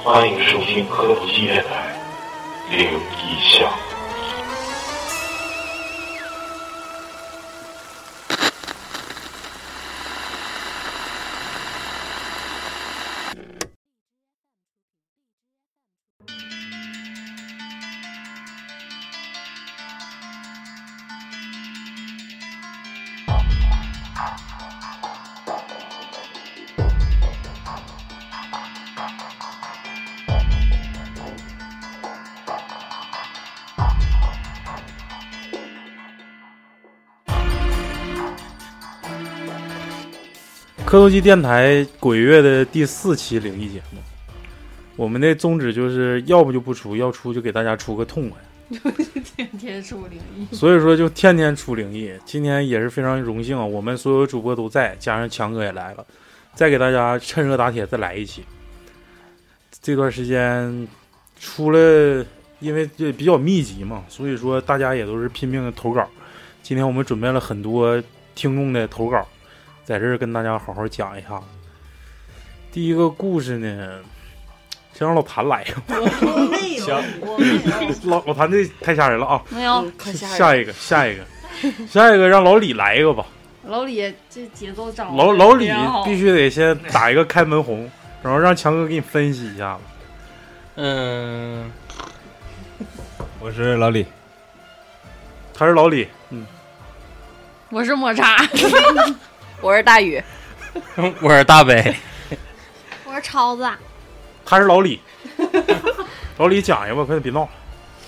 欢迎收听科普纪电台灵异巷。 科头机电台鬼月的第4期灵异节目，我们的宗旨就是要不就不出，要出就给大家出个痛快， 天天出灵异， 所以说就天天出灵异。今天也是非常荣幸啊，我们所有主播都在，加上强哥也来了，再给大家趁热打铁再来一期。这段时间出了，因为这比较密集嘛，所以说大家也都是拼命的投稿。今天我们准备了很多听众的投稿，在这儿跟大家好好讲一下。第一个故事呢，先让老谭来一个。 我没有，我没有， 老谭这太吓人了啊！ 没有。 下一个让老李来一个吧。 老李这节奏掌握老李必须得先打一个开门红，然后让强哥给你分析一下子。 我是老李， 他是老李， 我是抹茶， 我是大宇， 我是大北， 我是超子， 他是老李。老李讲一个吧，快点别闹了。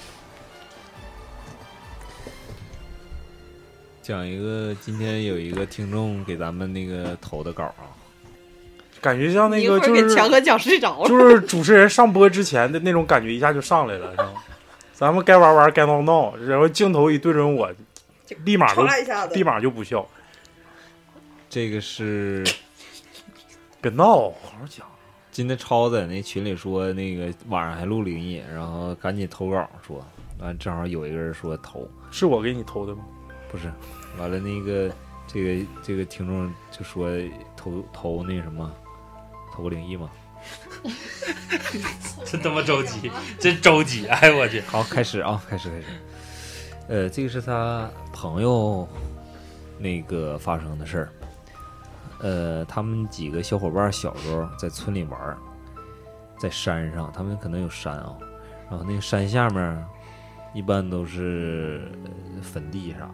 讲一个，今天有一个听众给咱们那个投的稿啊， 感觉像那个就是给强哥讲睡着了， 就是主持人上播之前的那种感觉，一下就上来了，是吧？咱们该玩玩，该闹闹，然后镜头一对准我，立马就不笑。 这个是别闹，好好讲。 今天超在那群里说，那个晚上还录灵异，然后赶紧投稿说，完正好有一个人说投， 是我给你投的吗？ 不是，完了那个这个听众就说投那什么，投个灵异吗？ 真他妈着急，真着急！哎我去， 好，开始啊，开始。这个是他朋友那个发生的事儿。他们几个小伙伴小时候在村里玩，在山上，他们可能有山啊，然后那个山下面一般都是坟地啥的。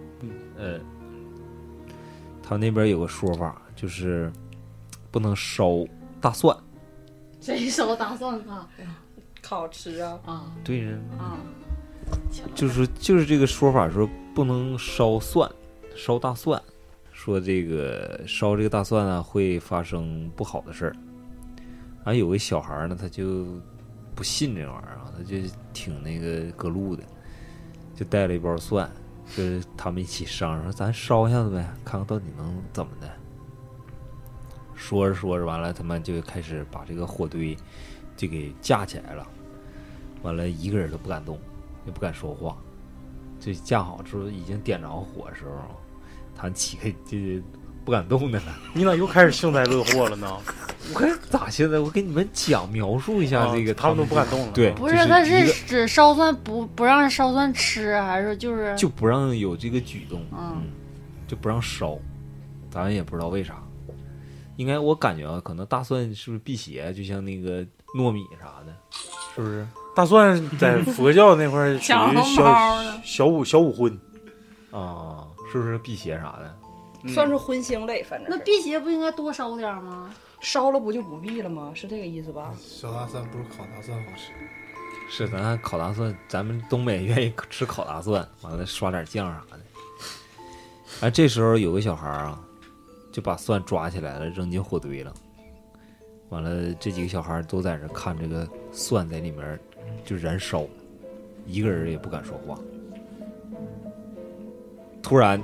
他那边有个说法，就是不能烧大蒜。 谁烧大蒜啊？ 烤吃啊？ 啊， 对人啊， 就是这个说法，说不能烧蒜，烧大蒜。说这个烧这个大蒜啊，会发生不好的事儿。然后有个小孩呢，他就不信这玩意儿啊，他就挺那个隔路的，就带了一包蒜，就是他们一起商量说，咱烧一下子呗，看看到底能怎么的。说着说着，完了他们就开始把这个火堆就给架起来了。完了，一个人都不敢动，也不敢说话。就架好之后，已经点着火的时候，他起开就不敢动的了。 你咋又开始幸灾乐祸了呢？ 我看咋现在？我给你们描述一下这个， 他们都不敢动了。 对， 不是，他是指烧蒜不让烧蒜吃，还是就不让有这个举动？就不让烧，咱也不知道为啥。应该我感觉啊，可能大蒜是不是辟邪？就像那个糯米啥的，是不是？ 大蒜在佛教那块属于小五荤啊，是不是辟邪啥的？ 算是荤腥类，反正那辟邪不应该多烧点吗？ 烧了不就不辟了吗？是这个意思吧？ 烧大蒜不如烤大蒜好吃。 是，咱烤大蒜，咱们东北愿意吃烤大蒜，完了刷点酱啥的。哎，这时候有个小孩啊，就把蒜抓起来了，扔进火堆了。完了，这几个小孩都在这看这个蒜在里面就燃烧，一个人也不敢说话。突然，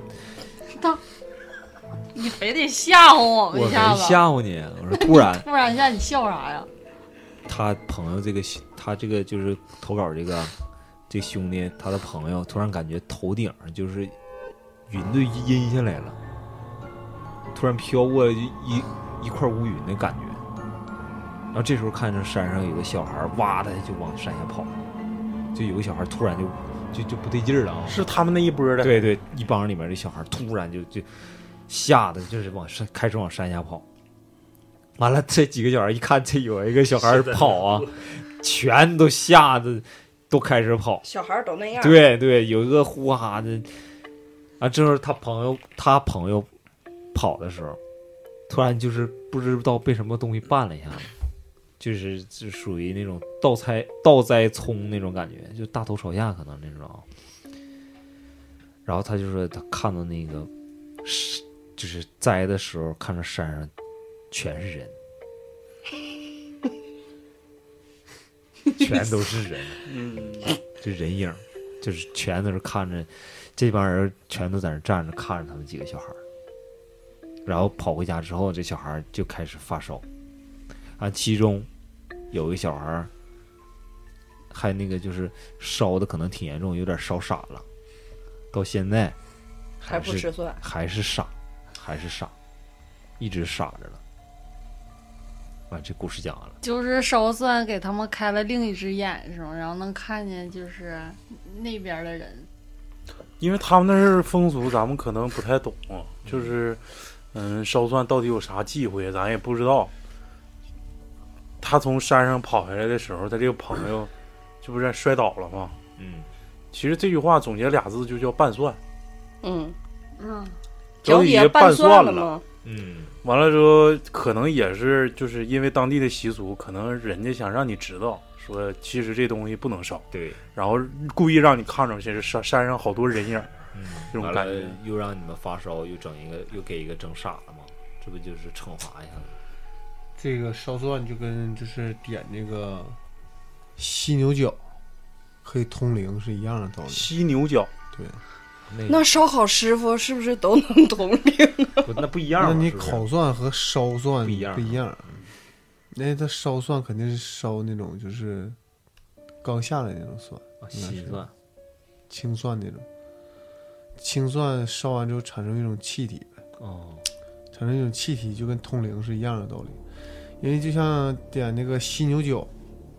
你非得吓唬我们一下子？ 我没吓唬你，我说突然， 突然一下你笑啥呀？ 他朋友他这个就是投稿这个兄弟，他的朋友突然感觉头顶就是云都阴下来了，突然飘过来就一块乌云的感觉。 然后这时候看着山上有个小孩哇的就往山下跑，就有个小孩突然就不对劲儿了啊！ 是他们那一波的。 对对，一帮里面的小孩突然就吓得就是开始往山下跑。完了，这几个小孩一看这有一个小孩跑啊，全都吓得都开始跑。 小孩都那样。 对对，有一个呼哈的啊，这时候他朋友跑的时候，突然就是不知道被什么东西绊了一下子，就是属于那种倒栽葱那种感觉，就大头朝下可能那种。然后他就说他看到那个就是栽的时候，看着山上全是人，全都是人，就人影，就是全都是看着这帮人全都在那站着看着他们几个小孩。然后跑回家之后，这小孩就开始发烧啊，其中有一个小孩还那个就是烧的可能挺严重，有点烧傻了，到现在还不吃蒜， 还是傻，一直傻着了。完，这故事讲完了。 就是烧蒜给他们开了另一只眼是吗？然后能看见就是那边的人。 因为他们那是风俗，咱们可能不太懂，就是烧蒜到底有啥忌讳，咱也不知道。他从山上跑下来的时候，他这个朋友这不是摔倒了吗？其实这句话总结俩字就叫拌蒜。 脚底下拌蒜了吗？ 完了之后，可能也是就是因为当地的习俗，可能人家想让你知道，说其实这东西不能烧， 对， 然后故意让你看着是山上好多人影，这种感觉， 又让你们发烧，又给一个整傻了嘛，这不就是惩罚一下子？ 这个烧蒜就跟就是点这个犀牛角可以通灵是一样的道理。 犀牛角， 对。 那烧烤师傅是不是都能通灵？ 那不一样。 那你烤蒜和烧蒜不一样。 那他烧蒜肯定是烧那种就是刚下来那种蒜， 新蒜、 青蒜那种。青蒜烧完之后产生一种气体呗。产生一种气体就跟通灵是一样的道理。因为就像点那个犀牛角，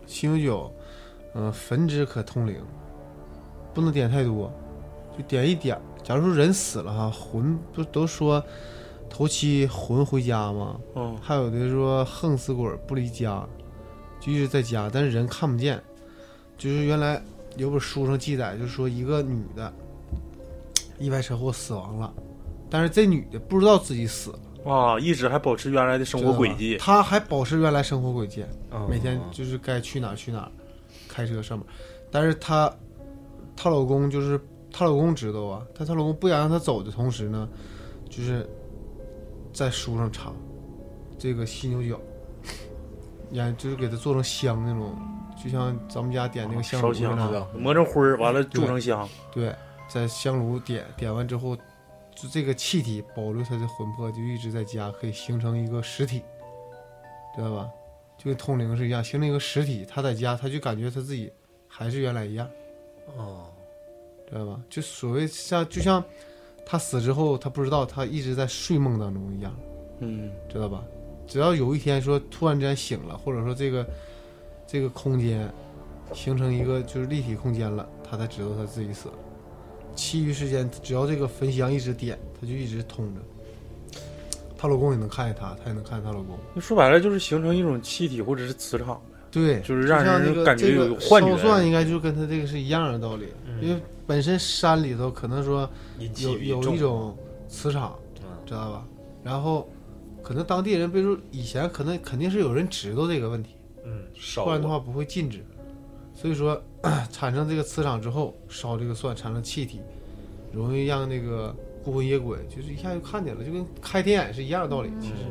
焚之可通灵，不能点太多。就点一点，假如说人死了哈，魂不都说头七魂回家吗？还有的说横死鬼不离家，就一直在家，但是人看不见。就是原来有本书上记载，就是说一个女的意外车祸死亡了，但是这女的不知道自己死了一直还保持原来的生活轨迹。 她还保持原来生活轨迹，每天就是该去哪儿去哪儿，开车上班。但是她老公就是她老公知道啊，但她老公不想让她走的同时呢，就是在书上插这个犀牛角，就是给它做成香那种，就像咱们家点那个香炉烧香磨成灰完了做成香。 对，在香炉点完之后，就这个气体保留它的魂魄，就一直在家，可以形成一个实体，知道吧？就跟通灵是一样，形成一个实体，他在家他就感觉他自己还是原来一样。知道吧？就所谓就像他死之后，他不知道他一直在睡梦当中一样，知道吧？只要有一天说突然之间醒了，或者说这个空间形成一个就是立体空间了，他才知道他自己死了。其余时间只要这个焚香一直点，他就一直通着。她老公也能看见她也能看见她老公。 说白了就是形成一种气体或者是磁场呗。 对， 就是让人感觉有幻觉。 烧蒜应该就跟他这个是一样的道理，因为本身山里头可能说有一种磁场，知道吧？然后可能当地人，比如说以前肯定是有人知道这个问题，不然的话不会禁止。所以说产生这个磁场之后，烧这个蒜产生气体，容易让那个孤魂野鬼就是一下就看见了，就跟开天眼是一样的道理。其实。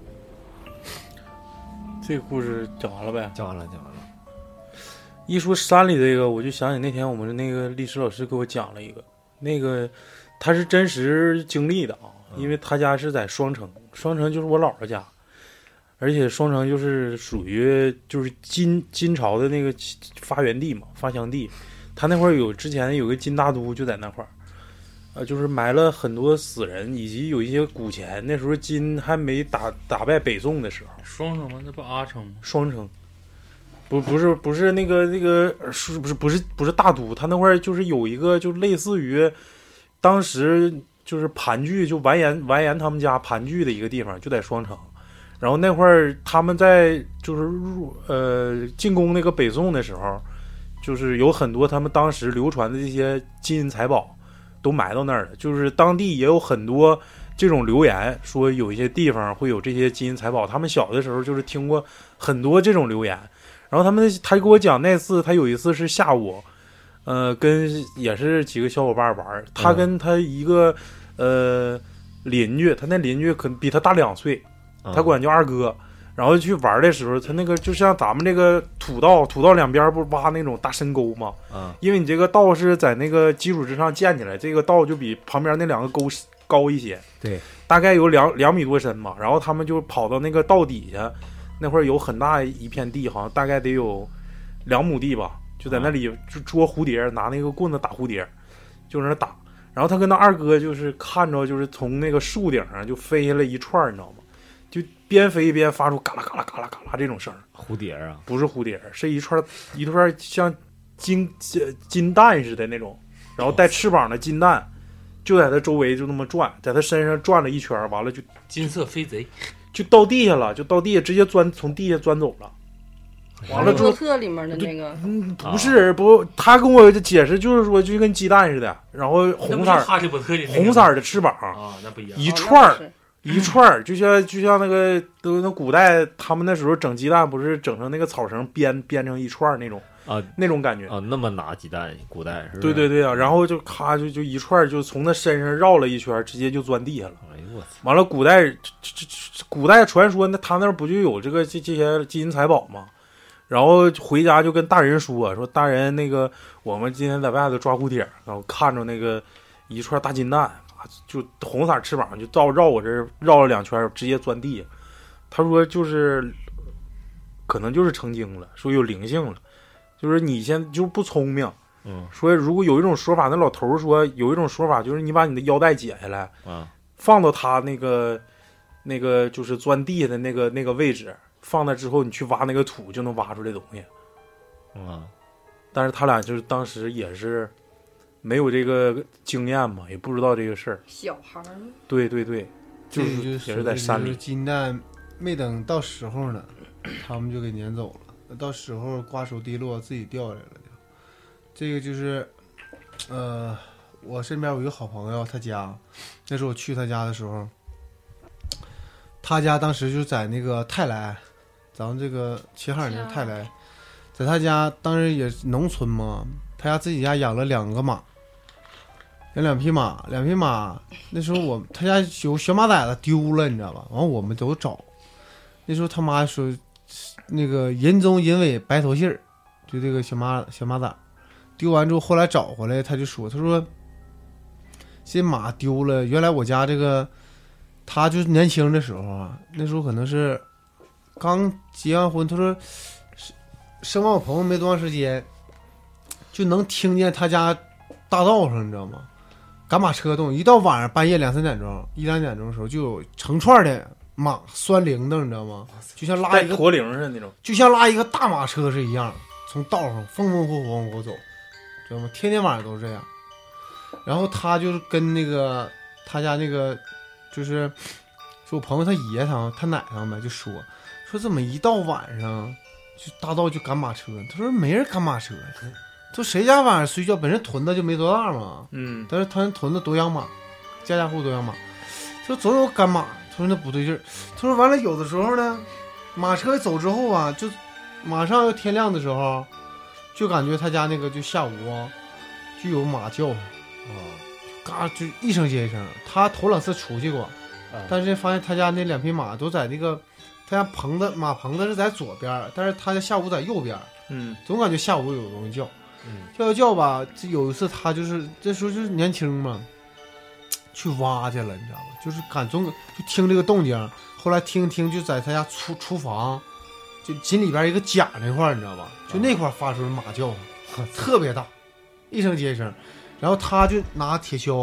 这个故事讲完了呗？ 讲完了。 一说山里这个，我就想起那天我们那个历史老师给我讲了一个，那个他是真实经历的啊，因为他家是在双城就是我姥姥家，而且双城就是属于就是金朝的那个发源地嘛，发祥地。他那块儿之前有个金大都就在那块儿， 就是埋了很多死人，以及有一些古钱。那时候金还没打败北宋的时候， 双城吗？那不阿城吗？ 双城，不是那个不是大都，他那块儿就是有一个就类似于当时就是盘踞就完颜他们家盘踞的一个地方，就在双城。然后那会儿他们在就是进攻那个北宋的时候，就是有很多他们当时流传的这些金银财宝都埋到那儿了。就是当地也有很多这种流言，说有一些地方会有这些金银财宝。他们小的时候就是听过很多这种流言。然后他就给我讲，那次他有一次是下午，跟也是几个小伙伴玩，他跟他一个邻居，他那邻居可能比他大2岁。他管叫二哥，然后去玩的时候，他那个就像咱们这个土道两边不挖那种大深沟吗？因为你这个道是在那个基础之上建起来，这个道就比旁边那2个沟高一些， 对， 大概有2米多深嘛。然后他们就跑到那个道底下，那会儿有很大一片地，好像大概得有2亩地吧，就在那里就捉蝴蝶，拿那个棍子打蝴蝶，就在那打。然后他跟他二哥就是看着，就是从那个树顶上就飞下来一串，你知道吗？就边飞边发出嘎啦嘎啦嘎啦嘎啦这种声。 蝴蝶啊？ 不是蝴蝶，是一串像金蛋似的那种，然后带翅膀的金蛋，就在他周围就那么转，在他身上转了一圈，完了就金色飞贼， 就到地下了，直接从地下钻走了。完了之后， 特里面的那个， 不是不，他跟我解释就是说就跟鸡蛋似的，然后红色哈利波特里红色的翅膀啊，那不一样， 一串就像那个那古代他们那时候整鸡蛋不是整成那个草绳编成一串那种啊， 那种感觉啊，那么拿鸡蛋古代是吧？ 对啊，然后就咔就一串就从他身上绕了一圈，直接就钻地下了。 哎呦我操！ 完了古代传说，那他那不就有这些金银财宝吗？然后回家就跟大人说大人，那个我们今天在外头抓蝴蝶，然后看着那个一串大金蛋，就红色翅膀就绕我这绕了2圈，直接钻地。他说就是可能就是成精了，说有灵性了，就是你现在就不聪明。说如果有一种说法，那老头说有一种说法，就是你把你的腰带解下来，放到他那个就是钻地下的那个位置。放那之后，你去挖那个土就能挖出来东西。但是他俩就是当时也是没有这个经验嘛，也不知道这个事儿。 小孩儿。 对，就是也是在山里。 金蛋没等到时候呢，他们就给撵走了。到时候瓜熟蒂落，自己掉下来了。这个就是，我身边有一个好朋友，他家那时候我去他家的时候，他家当时就在那个泰来。咱们这个齐哈尔那泰来，在他家当时也是农村嘛，他家自己家养了2个马，养2匹马，2匹马。那时候他家有小马崽子丢了，你知道吧？完了我们都找，那时候他妈说那个人中人尾白头信儿，就这个小马崽丢完之后，后来找回来，他说这马丢了，原来我家这个他就是年轻的时候啊，那时候可能是。刚结完婚，他说生完我朋友没多长时间，就能听见他家大道上，你知道吗？赶马车动，一到晚上半夜2、3点钟、1、2点钟的时候，就有成串的马拴铃铛，你知道吗？就像拉一个驼铃似的那种， 就像拉一个大马车是一样，从道上风风火火往过走，知道吗？天天晚上都是这样。然后他就是跟那个他家那个就是说我朋友他爷他奶他们就说怎么一到晚上就大道就赶马车？他说没人赶马车，说谁家晚上睡觉本身屯子就没多大嘛，但是他屯子都养马，家家户都养马，说总有赶马。他说那不对劲儿，他说完了有的时候呢，马车走之后啊，就马上要天亮的时候，就感觉他家那个就下午啊，就有马叫嘎就一声接一声。他头2次出去过，但是发现他家那2匹马都在那个。他家马棚子是在左边，但是他家下午在右边，总感觉下午有东西叫，叫吧。有一次他就是这时候就是年轻嘛，去挖去了，你知道吗？就是就听这个动静，后来听就在他家厨房，就井里边一个甲那块，你知道吧？就那块发出马叫，特别大，一声接一声。然后他就拿铁锹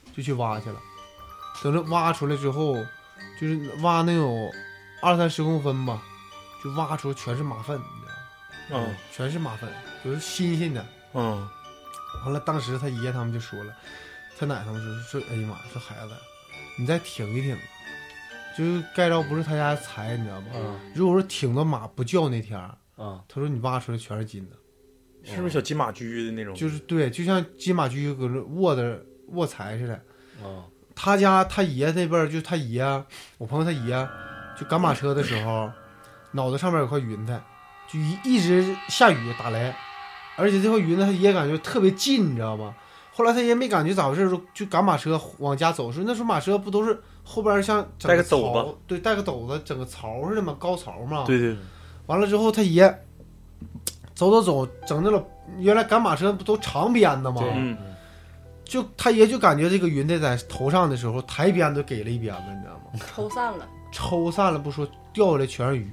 就去挖去了。等着挖出来之后，就是挖能有20-30公分吧，就挖出全是马粪，你知道吗？全是马粪，都是新鲜的。完了，当时他爷他们就说了，他奶他们说，哎呀妈，说孩子，你再挺一挺，就是盖着不是他家的财，你知道吧？如果说挺到马不叫那天他说你挖出来全是金的。 是不是小金马驹的那种？ 就是对，就像金马驹搁这卧财似的。他家他爷那边就他爷，我朋友他爷，就赶马车的时候，脑袋上面有块云彩，就一直下雨打雷，而且这块云呢，他爷感觉特别近，你知道吗？后来他爷没感觉咋回事，就赶马车往家走时，那时候马车不都是后边像带个斗子， 对，带个斗子，整个槽似的嘛，高槽嘛。 对对。 完了之后，他爷走，整那了。原来赶马车不都长鞭的吗？就他爷就感觉这个云彩在头上的时候，抬鞭子给了一鞭子，你知道吗？抽散了不说，掉下来全是鱼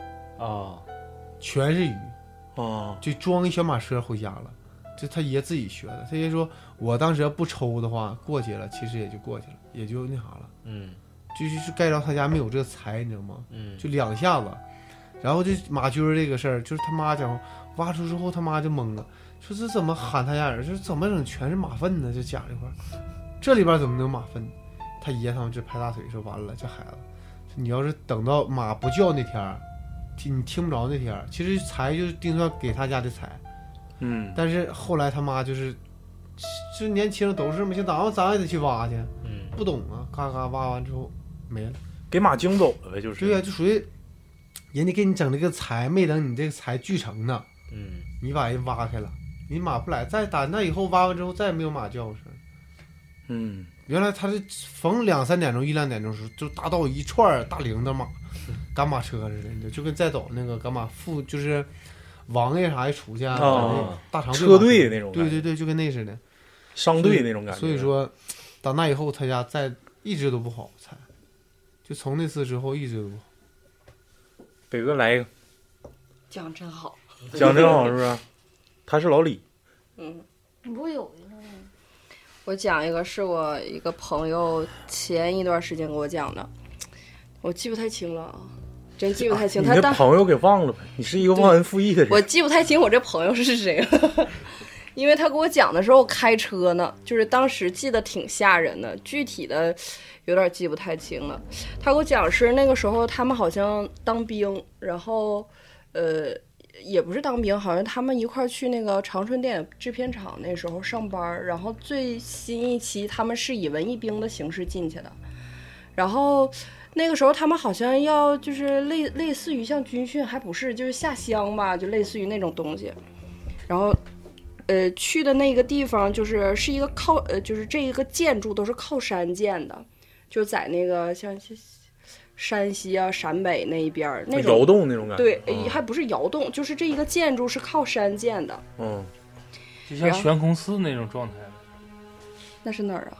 全是鱼就装一小马车回家了。这他爷自己学的，他爷说我当时要不抽的话，过去了，其实也就过去了，也就那啥了。就是盖着他家没有这个财，你知道吗？就2下子。然后就马驹这个事儿，就是他妈讲挖出之后，他妈就懵了，说这怎么喊他家人？说怎么整全是马粪呢？这家里块，这里边怎么能有马粪？他爷他们这拍大腿说完了，这孩子，你要是等到马不叫那天，你听不着那天，其实财就是定算给他家的财。但是后来他妈就是年轻人都是嘛，像咱也得去挖去，不懂啊，嘎嘎挖完之后没了， 给马惊走了呗，就是。 对呀，就属于。人家给你整这个财，没等你这个财聚成呢，你把人挖开了，你马不来，再打那以后挖完之后再也没有马叫声。原来他是逢2-3点钟、1-2点钟时候，就大到一串大铃铛马，赶马车似的，就跟再走那个赶马就是王爷啥一出去大长车队那种， 对，就跟那似的， 商队那种感觉。 所以说，打那以后他家一直都不好财，就从那次之后一直都不好。 北哥来一个， 讲真好， 讲真好，是不是？他是老李。 你不有一个吗？ 我讲一个，是我一个朋友前一段时间给我讲的，我记不太清了啊，真记不太清。 你这朋友给忘了呗？你是一个忘恩负义的人。 我记不太清我这朋友是谁了，因为他给我讲的时候我开车呢，就是当时记得挺吓人的，具体的有点记不太清了。他给我讲是那个时候他们好像当兵，然后也不是当兵，好像他们一块去那个长春电影制片厂那时候上班，然后最新一期他们是以文艺兵的形式进去的，然后那个时候他们好像要就是类似于像军训，还不是就是下乡吧，就类似于那种东西。然后去的那个地方是一个就是这一个建筑都是靠山建的，就在那个像山西啊陕北那一边那种窑洞那种感觉。 对，还不是窑洞，就是这一个建筑是靠山建的。 就像悬空寺那种状态。 那是哪儿啊？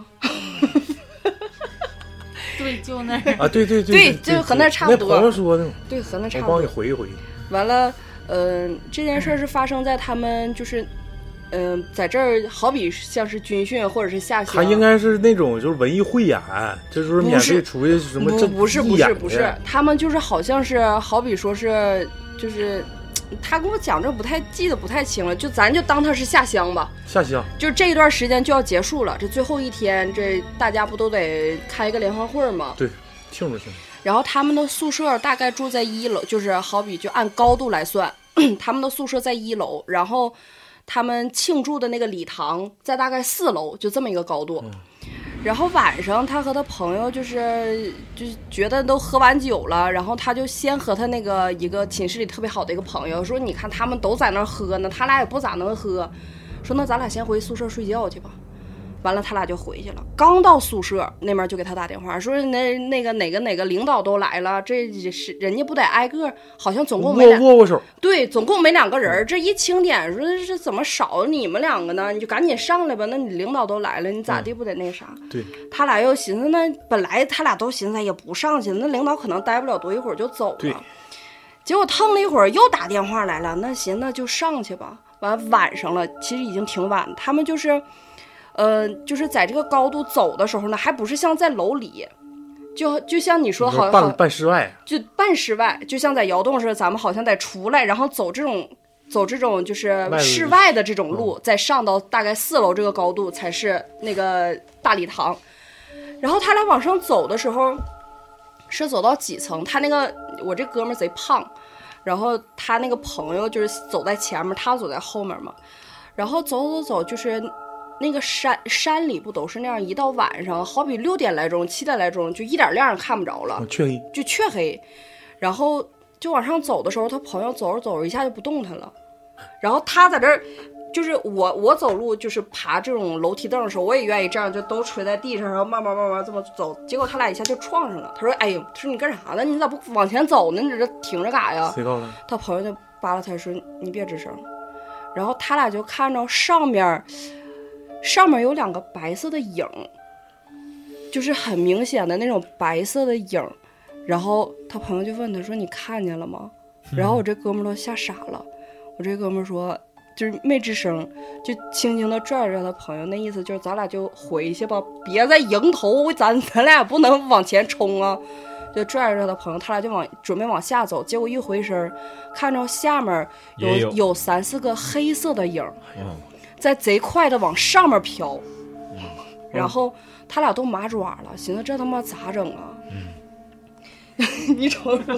对，就那啊，对， 就和那差不多。 那朋友说的， 对，和那差不多。 我帮你回忆回忆。 完了，这件事是发生在他们就是在这儿，好比像是军训或者是下乡。 他应该是那种就是文艺汇演，这就是免费出去什么不是，他们就是好像是好比说是就是。他跟我讲这记得不太清了，咱就当他是下乡吧。 下乡就这一段时间就要结束了，这最后一天，这大家不都得开一个联欢会吗？ 对，庆祝。 然后他们的宿舍大概住在1楼，就是好比就按高度来算，他们的宿舍在1楼，然后他们庆祝的那个礼堂在大概4楼，就这么一个高度。然后晚上他和他朋友就是觉得都喝完酒了，然后他就先和他那个一个寝室里特别好的一个朋友说，你看他们都在那喝呢，他俩也不咋能喝，说那咱俩先回宿舍睡觉去吧。完了他俩就回去了，刚到宿舍那边就给他打电话说那个哪个领导都来了，这是人家不得挨个，好像总共没握手。 对，总共没2个人，这一清点说是怎么少你们2个呢？你就赶紧上来吧，那你领导都来了，你咋地不得那啥？ 对， 他俩又寻思，那本来他俩都寻思也不上去，那领导可能待不了多一会儿就走了。 对， 结果腾了一会儿又打电话来了，那行那就上去吧。完晚上了，其实已经挺晚，他们就是就是在这个高度走的时候呢，还不是像在楼里，就像你说好像半室外， 就半室外，就像在窑洞似的，咱们好像得出来，然后走这种就是室外的这种路，再上到大概4楼这个高度才是那个大礼堂。然后他俩往上走的时候，是走到几层？他那个我这哥们儿贼胖，然后他那个朋友就是走在前面，他走在后面嘛。然后走，就是那个山里不都是那样，一到晚上，好比6点来钟、7点来钟，就一点亮看不着了，就黢黑。然后就往上走的时候，他朋友走着一下就不动弹了。然后他在这儿，就是我走路就是爬这种楼梯凳的时候，我也愿意这样，就都垂在地上，然后慢慢这么走。结果他俩一下就撞上了。他说：“哎呦，他说你干啥呢？你咋不往前走呢？你这停着干呀？”他朋友就扒拉他说：“你别吱声。”然后他俩就看着上面有2个白色的影，就是很明显的那种白色的影。然后他朋友就问他说：“你看见了吗？”然后我这哥们都吓傻了。我这哥们说就是没吱声，就轻轻的拽着他朋友，那意思就是咱俩就回去吧，别再迎头，咱俩也不能往前冲啊。就拽着他朋友，他俩就准备往下走，结果一回身，看着下面有3、4个黑色的影，在贼快的往上面飘。然后他俩都麻爪了，寻思这他妈咋整啊？你瞅瞅。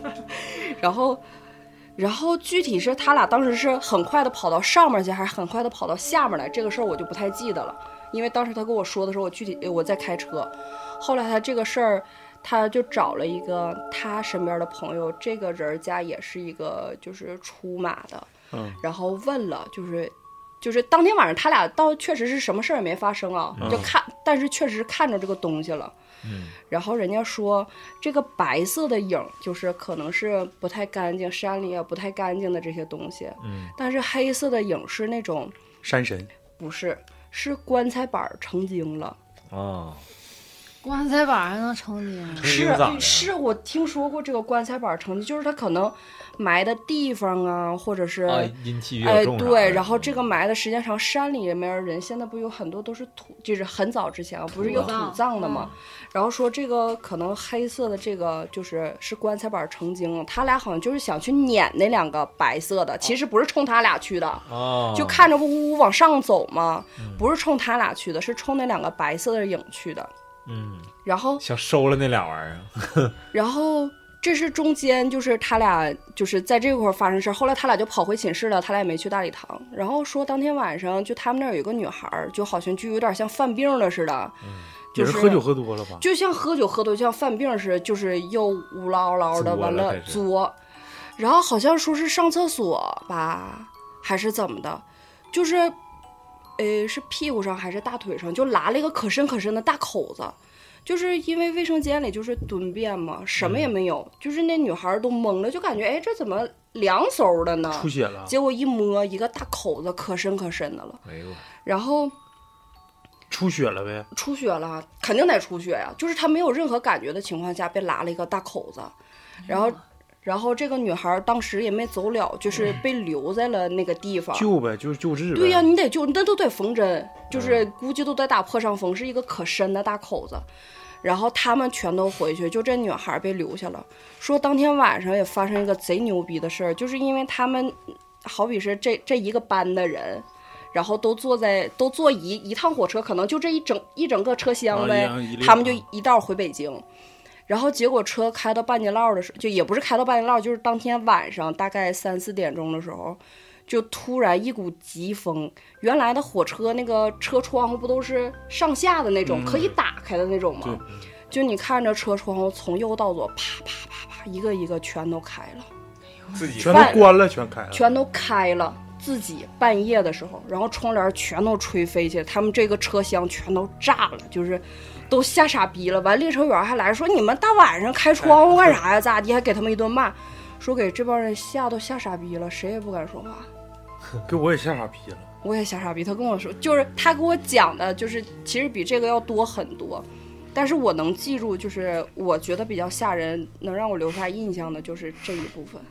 然后具体是他俩当时是很快的跑到上面去，还是很快的跑到下面来，这个事儿我就不太记得了，因为当时他跟我说的时候，我在开车。后来他这个事儿，他就找了一个他身边的朋友，这个人家也是一个就是出马的，然后问了，就是当天晚上他俩倒确实是什么事儿也没发生啊，就看，但是确实看着这个东西了。然后人家说这个白色的影就是可能是不太干净，山里也不太干净的这些东西。但是黑色的影是那种山神， 不是，是棺材板成精了。 棺材板还能成精？ 是我听说过这个棺材板成精，就是它可能埋的地方啊，或者是阴气比较重。 对，然后这个埋的时间长，山里面人现在不有很多都是土，就是很早之前不是有土葬的吗？然后说这个可能黑色的这个是棺材板成精，他俩好像就是想去撵那2个白色的，其实不是冲他俩去的，就看着呜往上走嘛，不是冲他俩去的，是冲那2个白色的影去的。然后想收了那俩玩意儿。 然后这是中间就是他俩就是在这块发生事，后来他俩就跑回寝室了，他俩也没去大礼堂。然后说当天晚上就他们那儿有个女孩，就好像就有点像犯病了似的， 就是喝酒喝多了吧， 就像喝酒喝多，就像犯病似的，就是又呜唠唠的，完了作，然后好像说是上厕所吧，还是怎么的，就是是屁股上还是大腿上就拉了一个可深可深的大口子，就是因为卫生间里就是蹲便嘛，什么也没有，就是那女孩都懵了，就感觉这怎么凉飕的呢？ 出血了。 结果一摸，一个大口子可深可深的了。然后出血了呗？ 出血了，肯定得出血呀。就是她没有任何感觉的情况下被拉了一个大口子，然后这个女孩当时也没走了，就是被留在了那个地方。 救呗，就是救治呗。 对呀，你得救，那都得缝针，就是估计都得打破伤风，是一个可深的大口子。然后他们全都回去，就这女孩被留下了。说当天晚上也发生一个贼牛逼的事儿，就是因为他们好比是这一个班的人，然后都坐一趟火车，可能就这一整个车厢呗，他们就一道回北京。然后结果车开到半截道的时候，就也不是开到半截道，就是当天晚上大概3、4点钟的时候，就突然一股疾风。原来的火车那个车窗户不都是上下的那种，可以打开的那种吗？就你看着车窗户从右到左，啪啪啪啪，一个一个全都开了， 自己全都关了， 全都开了。自己半夜的时候，然后窗帘全都吹飞起来，他们这个车厢全都炸了，就是都吓傻逼了。完，列车员还来说：“你们大晚上开窗户干啥呀？咋地？”还给他们一顿骂，说给这帮人吓傻逼了，谁也不敢说话。 给我也吓傻逼了， 我也吓傻逼。他跟我说，就是他给我讲的，就是其实比这个要多很多，但是我能记住，就是我觉得比较吓人，能让我留下印象的就是这一部分。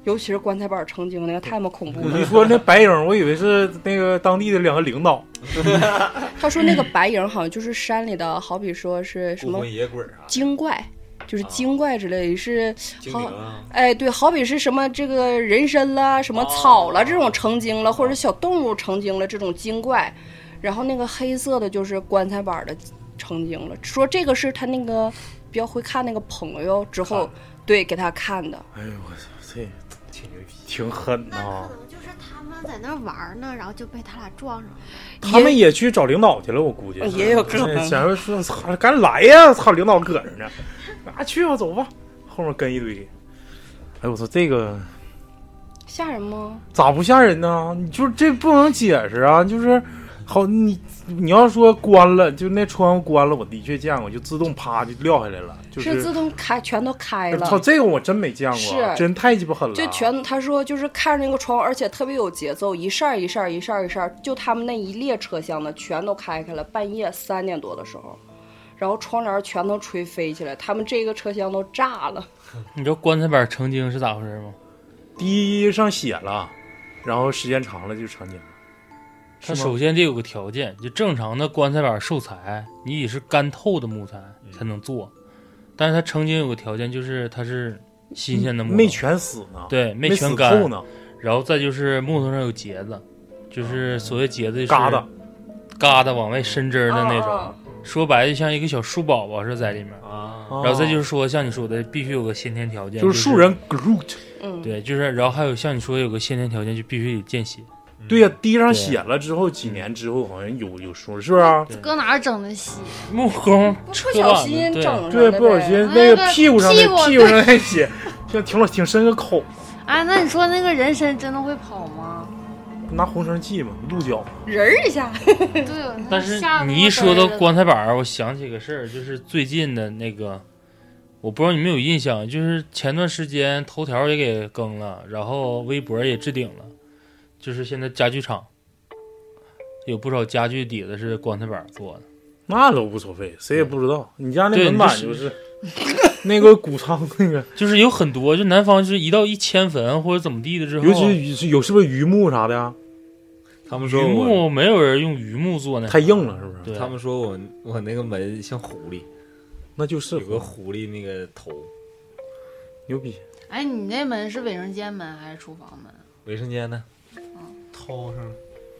尤其是棺材板成精那个太么恐怖了。 你说那白影，我以为是那个当地的2个领导。 他说那个白影好像就是山里的，好比说是什么野鬼啊， 精怪，就是精怪之类的，是精灵啊， 哎，对，好比是什么这个人参啦、什么草啦这种成精了，或者是小动物成精了这种精怪，然后那个黑色的就是棺材板的成精了。说这个是他那个比较会看那个朋友之后，对给他看的。 哎呦我操，这挺狠呐！ 那可能就是他们在那玩呢，然后就被他俩撞上了。 他们也去找领导去了，我估计也有可能。 想说操，赶紧来呀！操，领导搁着呢，啊去吧，走吧，后面跟一堆。哎我操，这个吓人吗？ 咋不吓人呢？你就是这不能解释啊！就是好，你要说关了，就那窗户关了，我的确见过，就自动啪就撂下来了，就是自动开，全都开了。 操，这个我真没见过， 是真太鸡巴狠了。 就全他说就是看着那个窗，而且特别有节奏，一扇一扇一扇一扇，就他们那一列车厢的全都开了，半夜3点多的时候，然后窗帘全都吹飞起来，他们这个车厢都炸了。 你知道棺材板成精是咋回事吗？ 第一上血了，然后时间长了就成精了。 它首先得有个条件，就正常的棺材板受材，你得是干透的木材才能做，但是它成精有个条件，就是它是新鲜的木头， 没全死呢， 对，没全干呢。 然后再就是木头上有结子，就是所谓结子， 疙瘩往外伸针的那种，说白了像一个小树宝宝是在里面啊。 然后再就是说，像你说的，必须有个先天条件， 就是树人 Groot， 对，就是然后还有像你说的有个先天条件，就必须得见血。 对呀，滴上血了之后，几年之后好像有说，是不是？ 搁哪儿整的血？ 木工不小心整对，不小心那个屁股上那血，像挺深个口。 哎，那你说那个人参真的会跑吗？ 拿红绳系嘛，鹿角人一下。 对。 但是你一说到棺材板，我想起个事儿，就是最近的那个，我不知道你们有印象，就是前段时间头条也给更了，然后微博也置顶了。就是现在家具厂有不少家具底子是棺材板做的， 那都无所谓，谁也不知道。你家那门板就是那个谷仓那个， 就是有很多，就南方就是一到1000坟或者怎么地的之后， 尤其有是不是榆木啥的呀？ 他们说榆木没有人用榆木做那太硬了，是不是？ 对， 他们说我那个门像狐狸， 那就是有个狐狸那个头， 牛逼。 哎，你那门是卫生间门还是厨房门？ 卫生间呢？ 掏上了。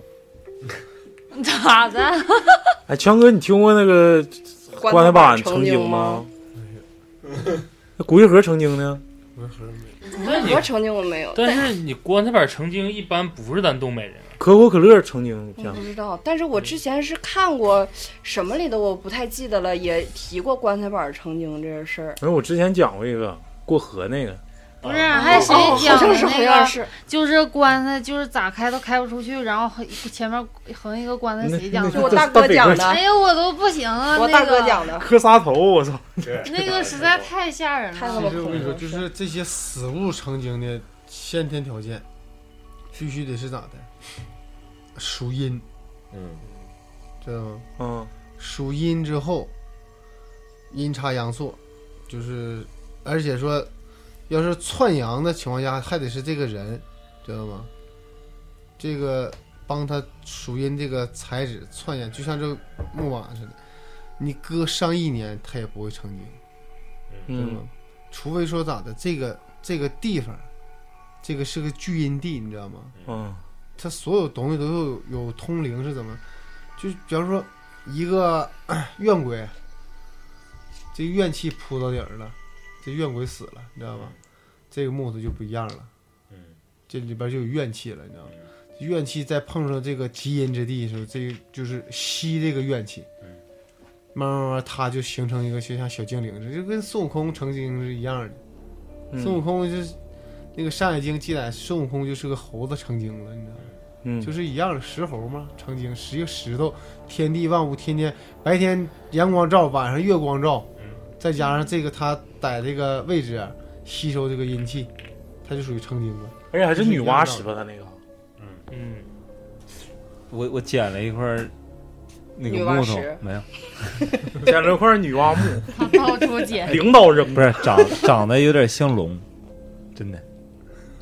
咋的？ 哎，强哥，你听过那个棺材板成精吗？那骨灰盒成精呢？ 骨灰盒没。 骨灰盒成精我没有。 但是你棺材板成精一般不是咱东北人。 可口可乐成精， 我不知道。但是我之前是看过什么里的，我不太记得了，也提过棺材板成精这个事儿。 我之前讲过一个过河那个。 不是，还谁讲的那个？ 是就是棺材，就是咋开都开不出去，然后前面横一个棺材，谁讲的？ 是我大哥讲的。 哎呦，我都不行了。 我大哥讲的。 磕仨头，我操！ 那个实在太吓人了。 太他妈恐怖！我跟你说，就是这些死物成精的先天条件，必须得是咋的？属阴，知道吗？属阴之后，阴差阳错，就是而且说。要是窜阳的情况下，还得是这个人，知道吗？这个帮他属阴这个材质窜阳，就像这个木瓦似的，你搁上1年，他也不会成精，知道吗？除非说咋的，这个地方，这个是个聚阴地，你知道吗？它所有东西都有通灵，是怎么？就比方说一个怨鬼，这怨气扑到底儿了。这怨鬼死了，你知道吗？这个木头就不一样了，这里边就有怨气了，你知道吗？怨气再碰上这个极阴之地的时候，这个就是吸这个怨气，慢慢它就形成一个就像小精灵似的，就跟孙悟空成精是一样的。孙悟空就是那个《山海经》记载，孙悟空就是个猴子成精了，你知道吗？就是一样的石猴嘛，成精，一个石头，天地万物，天天白天阳光照，晚上月光照。再加上这个它在这个位置吸收这个阴气，它就属于成精了。 而且还是女娲使吧，它那个。 我捡了一块那个木头，没有， 捡了一块女娲木， 到处捡。 领导扔， 不是长得有点像龙，真的，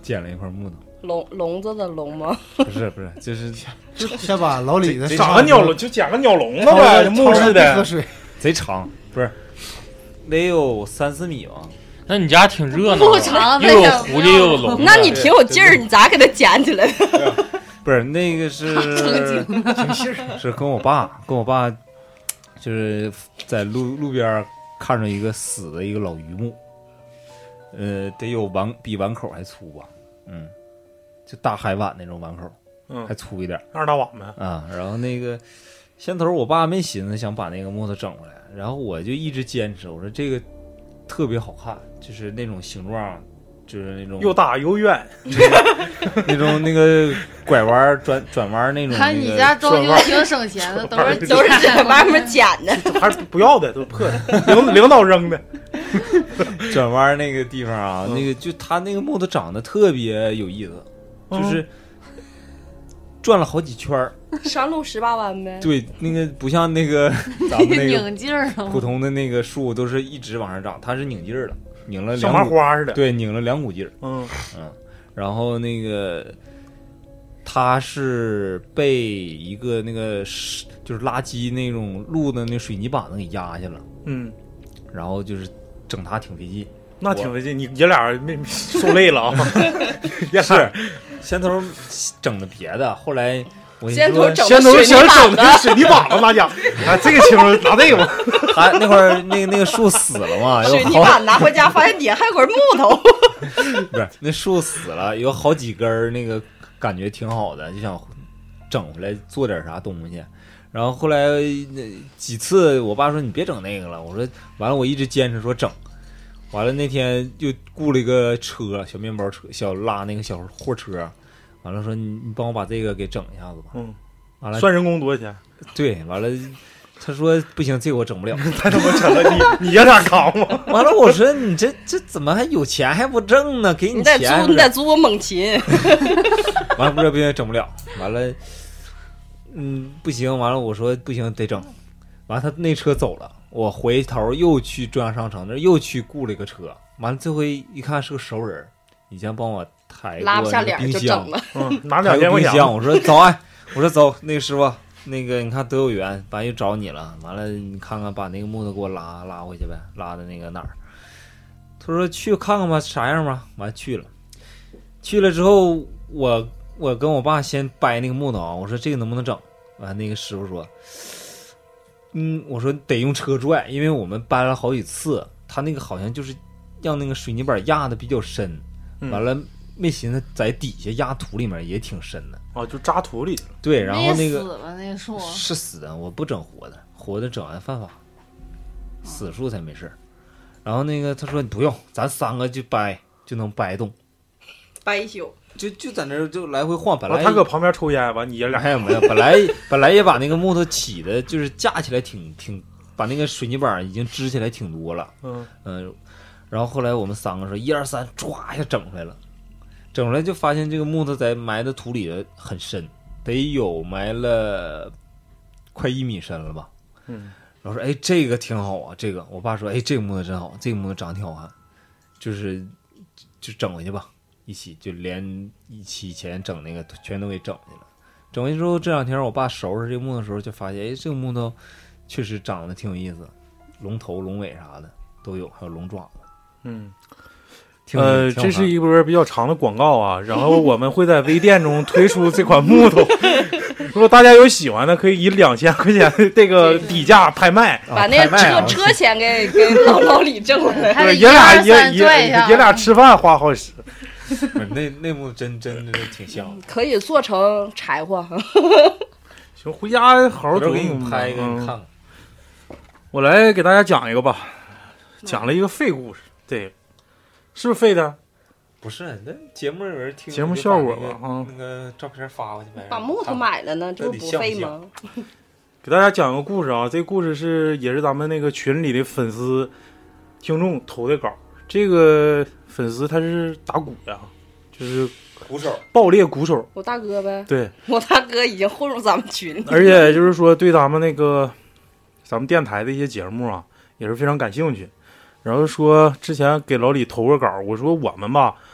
捡了一块木头， 笼子的笼吗？ 不是，就是先把老李的长个鸟笼就捡个鸟笼子呗，木质的喝水， 贼长，不是得有3-4米吧？ 那你家挺热闹不长的，又有狐狸又有笼子。 那你挺有劲儿，你咋给它捡起来的？ 不是那个是是跟我爸就是在路边看着一个死的一个老榆木，得有比碗口还粗吧，就大海碗那种碗口，还粗一点 2大碗呗啊。然后那个先头我爸没寻思想把那个木头整回来，然后我就一直坚持，我说这个特别好看，就是那种形状，就是那种又大又圆， 那种那个拐弯转弯那种。 看你家装修挺省钱的，都是在外面捡的， 还是不要的，都破的，领导扔的。 转弯那个地方啊，那个就他那个木头长得特别有意思，就是转了好几圈儿， 山路18弯呗。 对，那个不像那个咱们那拧劲儿了， 普通的那个树都是一直往上长，它是拧劲儿了，拧了像麻花似的， 对，拧了2股劲儿。然后那个它是被一个那个就是垃圾那种路的那水泥板子给压下了，然后就是整它挺费劲。 那挺费劲，你爷俩没受累了啊？ 是，先头整的别的，后来我先头想整的水泥板子，那家啊，这个清楚拿这个吧。 还那会儿那个树死了嘛， 水泥板拿回家发现底下还有根木头。 不是，那树死了，有好几根那个感觉挺好的，就想整回来做点啥东西。然后后来几次，我爸说你别整那个了，我说完了，我一直坚持说整。完了那天又雇了一个车，小面包车，拉那个小货车。完了说你帮我把这个给整一下子吧。完了算人工多少钱？ 对，完了他说不行，这个我整不了。 太他妈整了，你爷俩扛吗？ 完了我说你这怎么还有钱还不挣呢？给你钱， 你得租个猛禽。 完了不行，整不了。完了，不行。完了我说不行，得整。完了他那车走了。我回头又去中央商城那又去雇了一个车，完了这回一看是个熟人，以前帮我抬过那个冰箱， 拿2000块钱。 我说走啊，我说走，那个师傅，那个你看德有缘，完又找你了，完了你看看把那个木头给我拉回去呗，拉的那个哪儿？他说去看看吧，啥样吧？完去了之后，我跟我爸先掰那个木头啊，我说这个能不能整？完那个师傅说。我说得用车拽，因为我们搬了好几次，他那个好像就是让那个水泥板压的比较深，完了没寻思在底下压土里面也挺深的， 就扎土里了。 对，然后那个死了那树是死的，我不整活的整完犯法，死树才没事。然后那个他说你不用，咱3个就掰就能掰动， 掰一宿。 就在那儿就来回晃，本来他搁旁边抽烟，完你爷俩没有，本来也把那个木头起的，就是架起来挺，把那个水泥板已经支起来挺多了，然后后来我们3个说1、2、3，唰一下整出来了，整出来就发现这个木头在埋的土里很深，得有埋了快1米深了吧，然后说哎这个挺好啊，这个我爸说哎这个木头真好，这个木头长得挺好看，就整回去吧。一起就连一起前整那个全都给整去了，整完之后这2天我爸收拾这个木头的时候就发现，哎，这个木头确实长得挺有意思，龙头龙尾啥的都有，还有龙爪子。 这是一波比较长的广告啊，然后我们会在微店中推出这款木头，如果大家有喜欢的，可以以2000块钱的这个底价拍卖， 把那车钱给老李挣回来。 对，爷俩吃饭花好使。 那木真的挺像， 可以做成柴火。 行，回家好好给你拍给你看看。 我来给大家讲一个吧，讲了一个废故事，对，是不是废的？ 不是，那节目有人听节目效果吧， 那个照片发过去呗。 把木头买了呢，这不废吗？ 给大家讲个故事啊，这个故事也是咱们那个群里的粉丝听众投的稿。这个粉丝他是打鼓呀，就是鼓手， 爆裂鼓手。 我大哥呗。 对， 我大哥已经混入咱们群里。 而且就是说，对咱们电台的一些节目啊，也是非常感兴趣。然后说之前给老李投个稿，我说我们吧，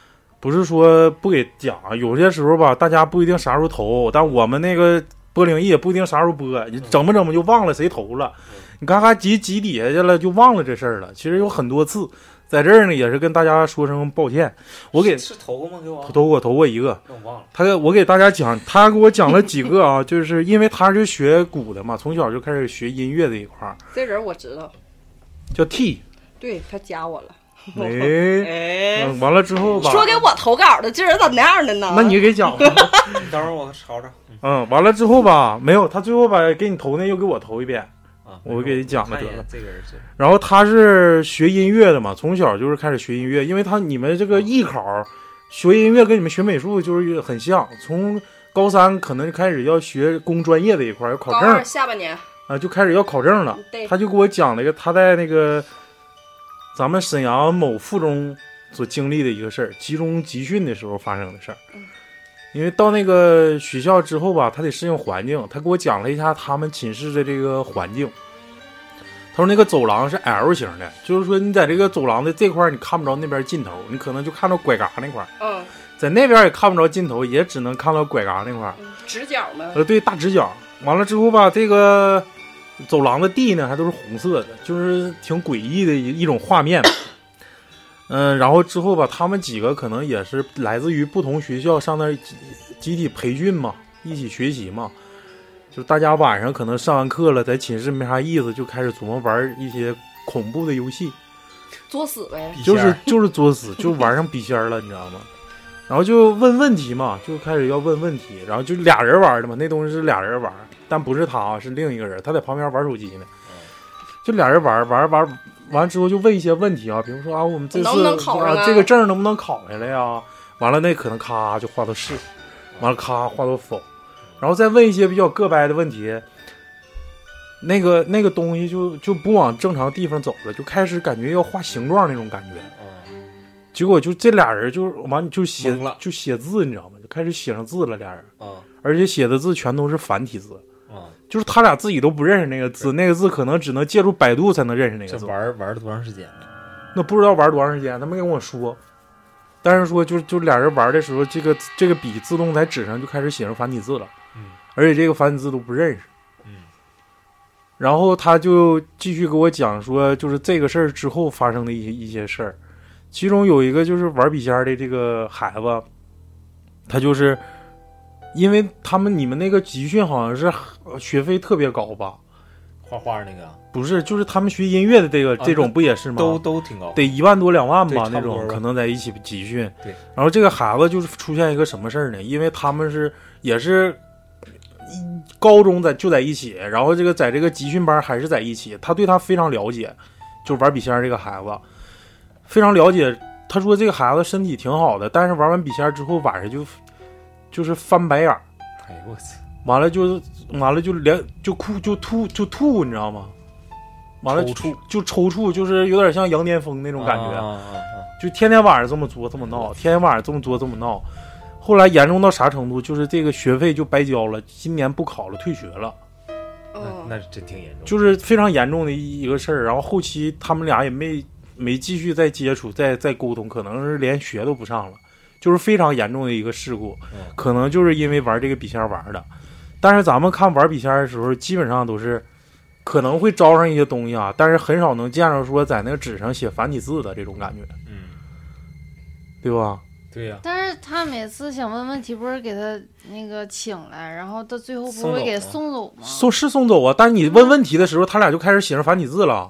不是说不给讲，有些时候吧，大家不一定啥时候投，但我们那个播灵异也不一定啥时候播，你整不就忘了谁投了，你看看挤底下去了就忘了这事儿了。其实有很多次，在这儿呢也是跟大家说声抱歉。我给是投过吗？给我投过一个， 我忘了。 我给大家讲，他给我讲了几个啊，就是因为他是学鼓的嘛，从小就开始学音乐这一块儿。 这人我知道， 叫 T， 对他加我了。 哎，完了之后吧， 说给我投稿的这人咋那样的呢？ 那你给讲吧。 你等会儿我瞅瞅。 完了之后吧，没有，他最后把给你投那又给我投一遍啊， 我给你讲了得了。 这个人是， 然后他是学音乐的嘛，从小就是开始学音乐，因为你们这个艺考学音乐跟你们学美术就是很像，从高3可能就开始要学工专业的一块要考证， 高2下半年啊就开始要考证了。他就给我讲了一个他在那个咱们沈阳某附中所经历的一个事儿，集中集训的时候发生的事儿。因为到那个学校之后吧，他得适应环境。他给我讲了一下他们寝室的这个环境。他说那个走廊是 L 型的，就是说你在这个走廊的这块你看不着那边尽头，你可能就看到拐嘎那块。在那边也看不着尽头，也只能看到拐嘎那块。 直角吗？ 对，大直角。完了之后吧，这个走廊的地呢还都是红色的，就是挺诡异的一种画面。然后之后吧，他们几个可能也是来自于不同学校，上那集体培训嘛，一起学习嘛。就大家晚上可能上完课了，在寝室没啥意思，就开始琢磨玩一些恐怖的游戏， 作死呗。 就是作死，就玩上笔仙了，你知道吗？然后就问问题嘛，就开始要问问题，然后就俩人玩的嘛，那东西是俩人玩，但不是他，是另一个人，他在旁边玩手机呢。就俩人玩完之后就问一些问题啊，比如说啊，我们这次能不能考上这个证能不能考下来呀？完了那可能咔就画到是，完了咔画到否，然后再问一些比较个掰的问题，那个东西就不往正常地方走了，就开始感觉要画形状那种感觉。结果就这俩人就完就写字，你知道吗？就开始写上字了，俩人而且写的字全都是繁体字。就是他俩自己都不认识那个字，那个字可能只能借助百度才能认识那个字。 这玩了多长时间呢？ 那不知道玩多长时间，他没跟我说。但是说就俩人玩的时候，这个笔自动在纸上就开始写成繁体字了，而且这个繁体字都不认识。然后他就继续给我讲说，就是这个事儿之后发生的一些事儿，其中有一个就是玩笔仙的这个孩子，他就是。因为你们那个集训好像是学费特别高吧？ 画画那个不是，就是他们学音乐的这种不也是吗？ 都挺高， 得1万多2万吧那种，可能在一起集训。 对。 然后这个孩子就是出现一个什么事儿呢？因为他们也是高中就在一起，然后在这个集训班还是在一起。他对他非常了解，就玩笔仙这个孩子非常了解。他说这个孩子身体挺好的，但是玩完笔仙之后晚上就是翻白眼儿， 哎呦我操！ 完了就连就哭就吐，你知道吗？完了就抽搐，就是有点像羊癫疯那种感觉，就天天晚上这么作这么闹，天天晚上这么作这么闹。后来严重到啥程度？就是这个学费就白交了，今年不考了，退学了。 那真挺严重， 就是非常严重的一个事儿。然后后期他们俩也没继续再接触，再沟通，可能是连学都不上了。就是非常严重的一个事故，可能就是因为玩这个笔仙玩的。但是咱们看玩笔仙的时候，基本上都是可能会招上一些东西啊，但是很少能见着说在那个纸上写繁体字的这种感觉，对吧？ 对呀。 但是他每次想问问题，不是给他那个请来，然后到最后不会给送走吗？ 是送走啊，但是你问问题的时候，他俩就开始写上繁体字了。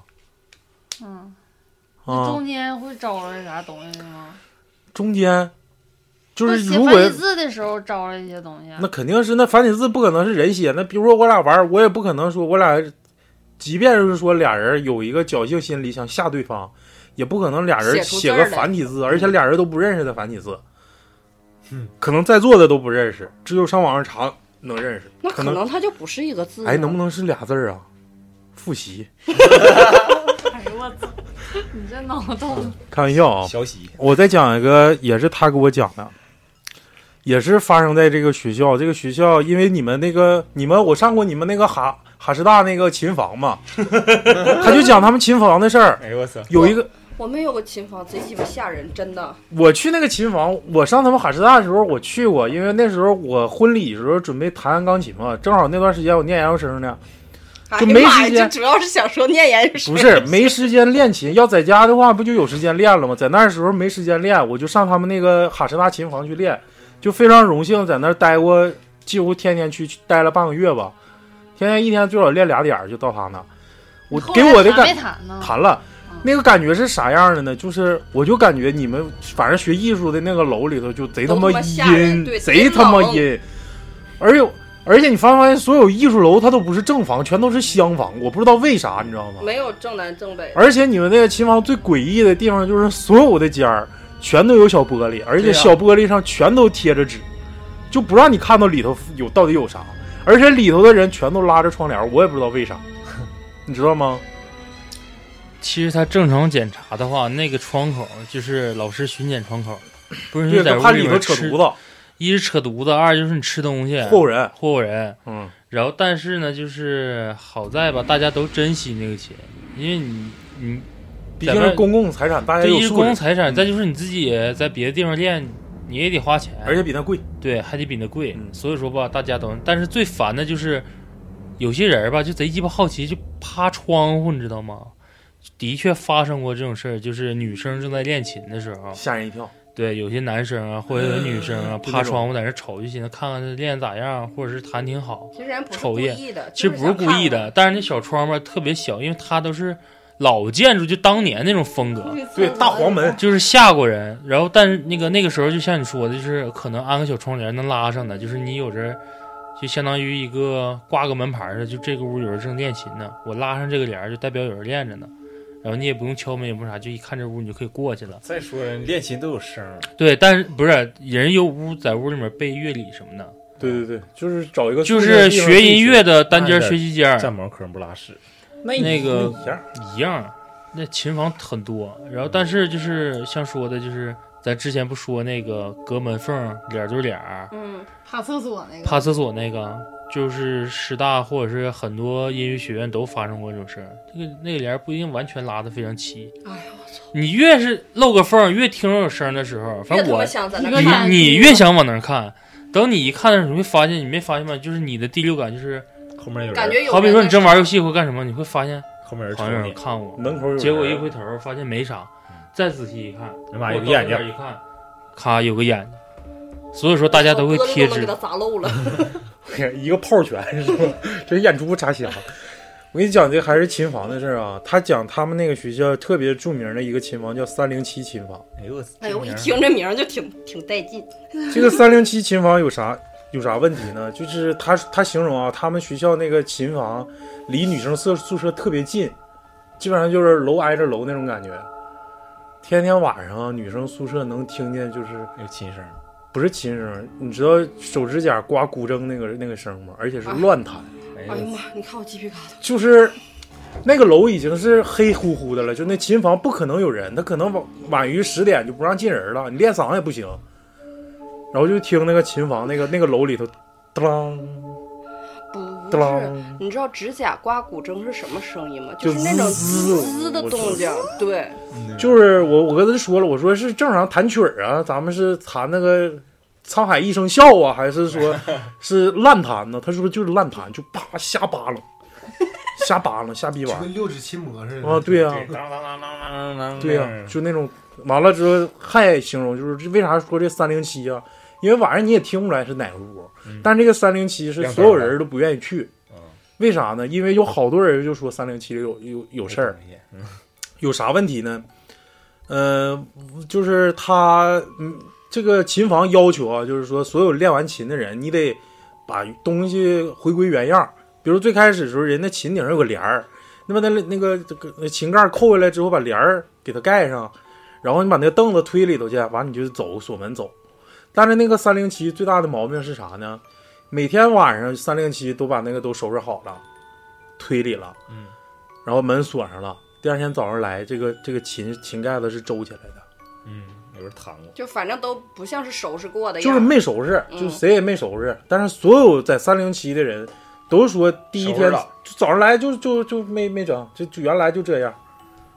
中间会招来啥东西吗？ 中间。就是写繁体字的时候招了一些东西， 那肯定是那繁体字不可能是人写。那比如说我俩玩，我也不可能说我俩，即便是说俩人有一个侥幸心理想吓对方，也不可能俩人写个繁体字，而且俩人都不认识的繁体字，可能在座的都不认识，只有上网上查能认识。 那可能它就不是一个字。 哎，能不能是俩字啊？复习。 哎呦我操！你这脑洞。 开玩笑啊！ 小喜。 我再讲一个，也是他给我讲的。也是发生在这个学校，因为我上过你们那个哈师大那个琴房嘛，他就讲他们琴房的事儿。 哎呦我操！ 有一个我们有个琴房，贼鸡巴吓人，真的。 我去那个琴房，我上他们哈师大的时候我去过，因为那时候我婚礼的时候准备弹钢琴嘛，正好那段时间我念研究生呢，就没时间。 就主要是想说念研究生， 不是没时间练琴。要在家的话，不就有时间练了吗？在那时候没时间练，我就上他们那个哈师大琴房去练，就非常荣幸在那儿待过，几乎天天去待了半个月吧，天天一天最少练2点就到他那。我给我的感弹了。那个感觉是啥样的呢？就是我就感觉你们反正学艺术的那个楼里头就贼他妈阴，贼他妈阴，而且你发现所有艺术楼它都不是正房，全都是厢房，我不知道为啥，你知道吗？ 没有正南正北。 而且你们那个琴房最诡异的地方就是所有的间儿全都有小玻璃，而且小玻璃上全都贴着纸，就不让你看到里头到底有啥，而且里头的人全都拉着窗帘，我也不知道为啥，你知道吗？ 其实他正常检查的话，那个窗口就是老师巡检窗口，不是对， 在怕里头扯犊子， 一是扯犊子，二就是你吃东西祸唬人，然后但是呢，就是好在吧，大家都珍惜那个钱，因为你毕竟是公共财产，大家有素质。 一是公共财产，再就是你自己在别的地方练，你也得花钱， 而且比那贵， 对，还得比那贵。所以说吧，大家都，但是最烦的就是有些人吧，就贼鸡巴好奇，就趴窗户，你知道吗？的确发生过这种事儿，就是女生正在练琴的时候， 吓人一跳。 对，有些男生啊，或者有女生啊，趴窗户在那瞅，就寻思看看他练咋样，或者是弹挺好。 其实人不是故意的， 其实不是故意的，但是那小窗吧特别小，因为它都是老建筑，就当年那种风格， 对，大黄门就是吓过人。然后，但是那个时候，就像你说的，就是可能安个小窗帘能拉上的，就是你有着。就相当于一个挂个门牌的，就这个屋有人正练琴呢，我拉上这个帘就代表有人练着呢，然后你也不用敲门也不啥，就一看这屋你就可以过去了。 再说人练琴都有声， 对，但是不是人有屋在屋里面背乐理什么的。 对，就是找一个就是学音乐的单间学习间， 站门可能不拉屎， 那个一样，那琴房很多，然后但是就是像说的，就是咱之前不说那个隔门缝脸对脸， 趴厕所那个， 就是师大或者是很多音乐学院都发生过这种事儿。那个帘不一定完全拉得非常齐。 哎呀，我操！ 你越是露个缝，越听着有声的时候，反正你越想往那儿看。等你一看的时候，你会发现，你没发现吗？就是你的第六感就是后面有人， 感觉有。 好比说你正玩游戏或干什么，你会发现后面好像有人看我， 门口有人， 结果一回头发现没啥，再仔细一看， 他妈有个眼睛， 一看，咔有个眼睛。所以说大家都会贴纸， 给他砸漏了， 一个炮拳是吧？这眼珠插瞎。我跟你讲，这还是琴房的事啊。他讲他们那个学校特别著名的一个琴房叫307琴房。 哎呦，我一听这名就挺带劲。 这个307琴房有啥问题呢？就是他形容啊，他们学校那个琴房离女生宿舍特别近，基本上就是楼挨着楼那种感觉。天天晚上女生宿舍能听见就是有琴声。 不是琴声，你知道手指甲刮古筝那个声吗？而且是乱弹。 哎呀妈！你看我鸡皮疙瘩。 就是那个楼已经是黑乎乎的了，就那琴房不可能有人，他可能晚于10点就不让进人了，你练嗓也不行。然后就听那个琴房那个楼里头，当不是，你知道指甲刮古筝是什么声音吗？就是那种滋的动静。对， 就是我跟他说了，我说是正常弹曲儿啊，咱们是弹那个沧海一声笑啊，还是说是烂弹呢？他说就是烂弹，就啪瞎扒拉，瞎逼玩， 跟6指琴魔似的啊！对呀，对呀，就那种完了之后还形容就是为啥说这307啊？因为晚上你也听不出来是哪个屋，但这个307是所有人都不愿意去，为啥呢？因为有好多人就说307有事儿，有啥问题呢？就是他这个琴房要求啊，就是说所有练完琴的人，你得把东西回归原样。比如最开始的时候，人的琴顶上有个帘儿，那么那个琴盖扣下来之后，把帘儿给它盖上，然后你把那个凳子推里头去，完你就走锁门走。但是那个307最大的毛病是啥呢？每天晚上307都把那个都收拾好了，推里了，然后门锁上了。第二天早上来，这个琴盖子是周起来的， 有人弹过， 就反正都不像是收拾过的样， 就是没收拾，就谁也没收拾。但是所有在307的人都说第一天早上来就没整，就原来就这样。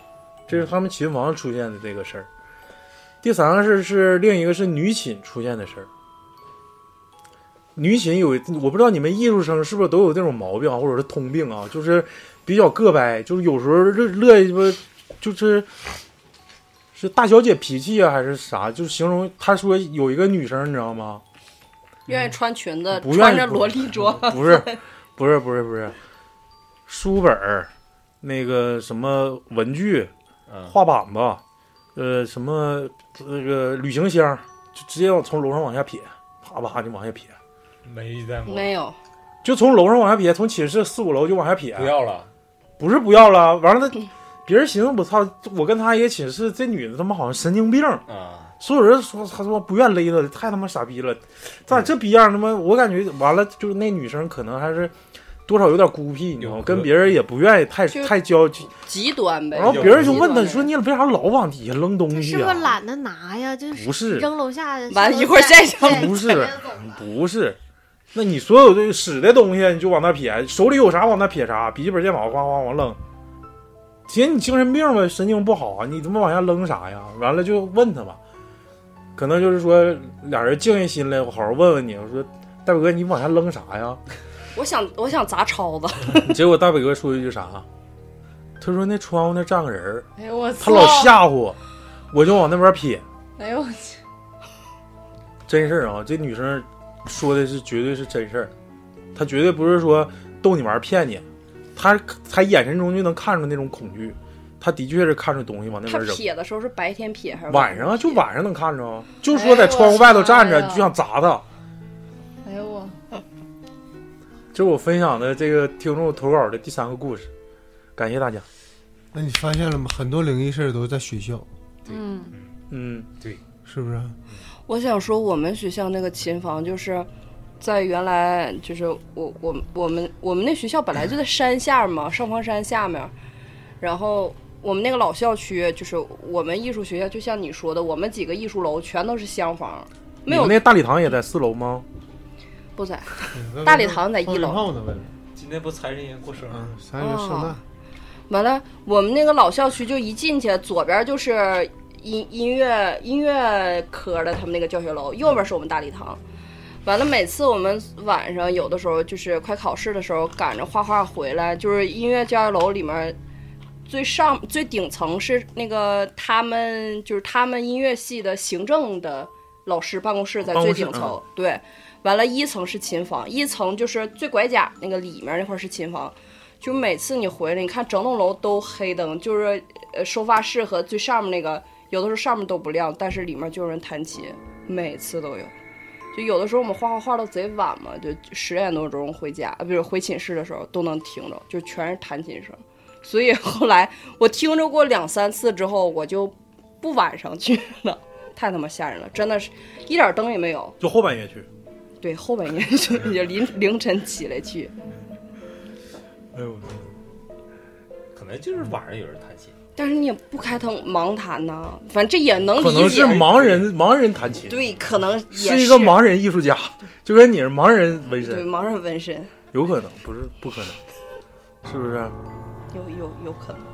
这是他们琴房出现的这个事儿。第三个事是另一个是女寝出现的事儿。女寝我不知道你们艺术生是不是都有这种毛病啊，或者是通病啊，就是比较个掰，就是有时候乐就是大小姐脾气啊，还是啥，就形容他说有一个女生你知道吗？ 愿意穿裙子， 不愿意穿着萝莉装， 不是，书本儿，那个什么文具，画板子，什么那个旅行箱，就直接从楼上往下撇，啪啪就往下撇。 没见过， 没有， 就从楼上往下撇，从寝室4、5楼就往下撇。 不要了， 不是不要了，完了他，别人寻思我操，我跟他一个寝室，这女的他妈好像神经病啊！ 所有人说他说不愿勒他，太他妈傻逼了，咋这逼样他妈？我感觉完了，就是那女生可能还是多少有点孤僻，你知道吗？跟别人也不愿意太交极端呗。 然后别人就问他说：“你为啥老往底下扔东西是不是懒得拿呀？就是不是扔楼下， 完一会儿再扔， 不是。那你所有的使的东西你就往那撇，手里有啥往那撇啥，笔记本电脑哗哗往扔。姐，你精神病吧，神经不好啊，你他妈往下扔啥呀？完了就问他吧，可能就是说俩人静下心来，我好好问问你，我说大伟哥你往下扔啥呀？ 我想砸抄子。 结果大伟哥说一句啥？他说那窗户那站个人， 哎呦我操！ 他老吓唬我，我就往那边撇。 哎呦我去！ 真事儿啊，这女生说的是绝对是真事儿，她绝对不是说逗你玩骗你，她眼神中就能看出那种恐惧，她的确是看出东西往那边扔。 他撇的时候是白天撇还是晚上啊？就晚上能看着，就说在窗户外头站着，就想砸他。 哎呦我！ 这是我分享的这个听众投稿的第3个故事，感谢大家。 那你发现了吗？很多灵异事儿都是在学校。 对， 是不是？ 我想说，我们学校那个琴房就是在原来就是我们那学校本来就在山下嘛，上房山下面，然后我们那个老校区就是我们艺术学校，就像你说的，我们几个艺术楼全都是厢房，没有。 你们那大礼堂也在4楼吗？ 不在，大礼堂在1楼。 今天不财神爷过生日， 财神爷圣诞。 完了，我们那个老校区就一进去，左边就是音乐科的他们那个教学楼，右边是我们大礼堂。完了，每次我们晚上有的时候就是快考试的时候，赶着画画回来，就是音乐教学楼里面最顶层是那个他们音乐系的行政的老师办公室在最顶层，对。完了，1层是琴房，1层就是最拐角那个里面那块是琴房。就每次你回来，你看整栋楼都黑灯，就是收发室和最上面那个，有的时候上面都不亮，但是里面就有人弹琴，每次都有。就有的时候我们画到贼晚嘛，就10点多钟回家，不是回寝室的时候都能听着，就全是弹琴声。所以后来我听着过2、3次之后，我就不晚上去了，太他妈吓人了，真的是一点灯也没有， 就后半夜去。 对，后半夜去，就凌晨起来去。 哎呦， 可能就是晚上有人弹琴， 但是你也不开灯盲弹呐，反正这也能理解。 可能是盲人弹琴， 对，可能也是一个盲人艺术家，就跟你是盲人纹身， 对，盲人纹身， 有可能，不可能，是不是？ 有可能。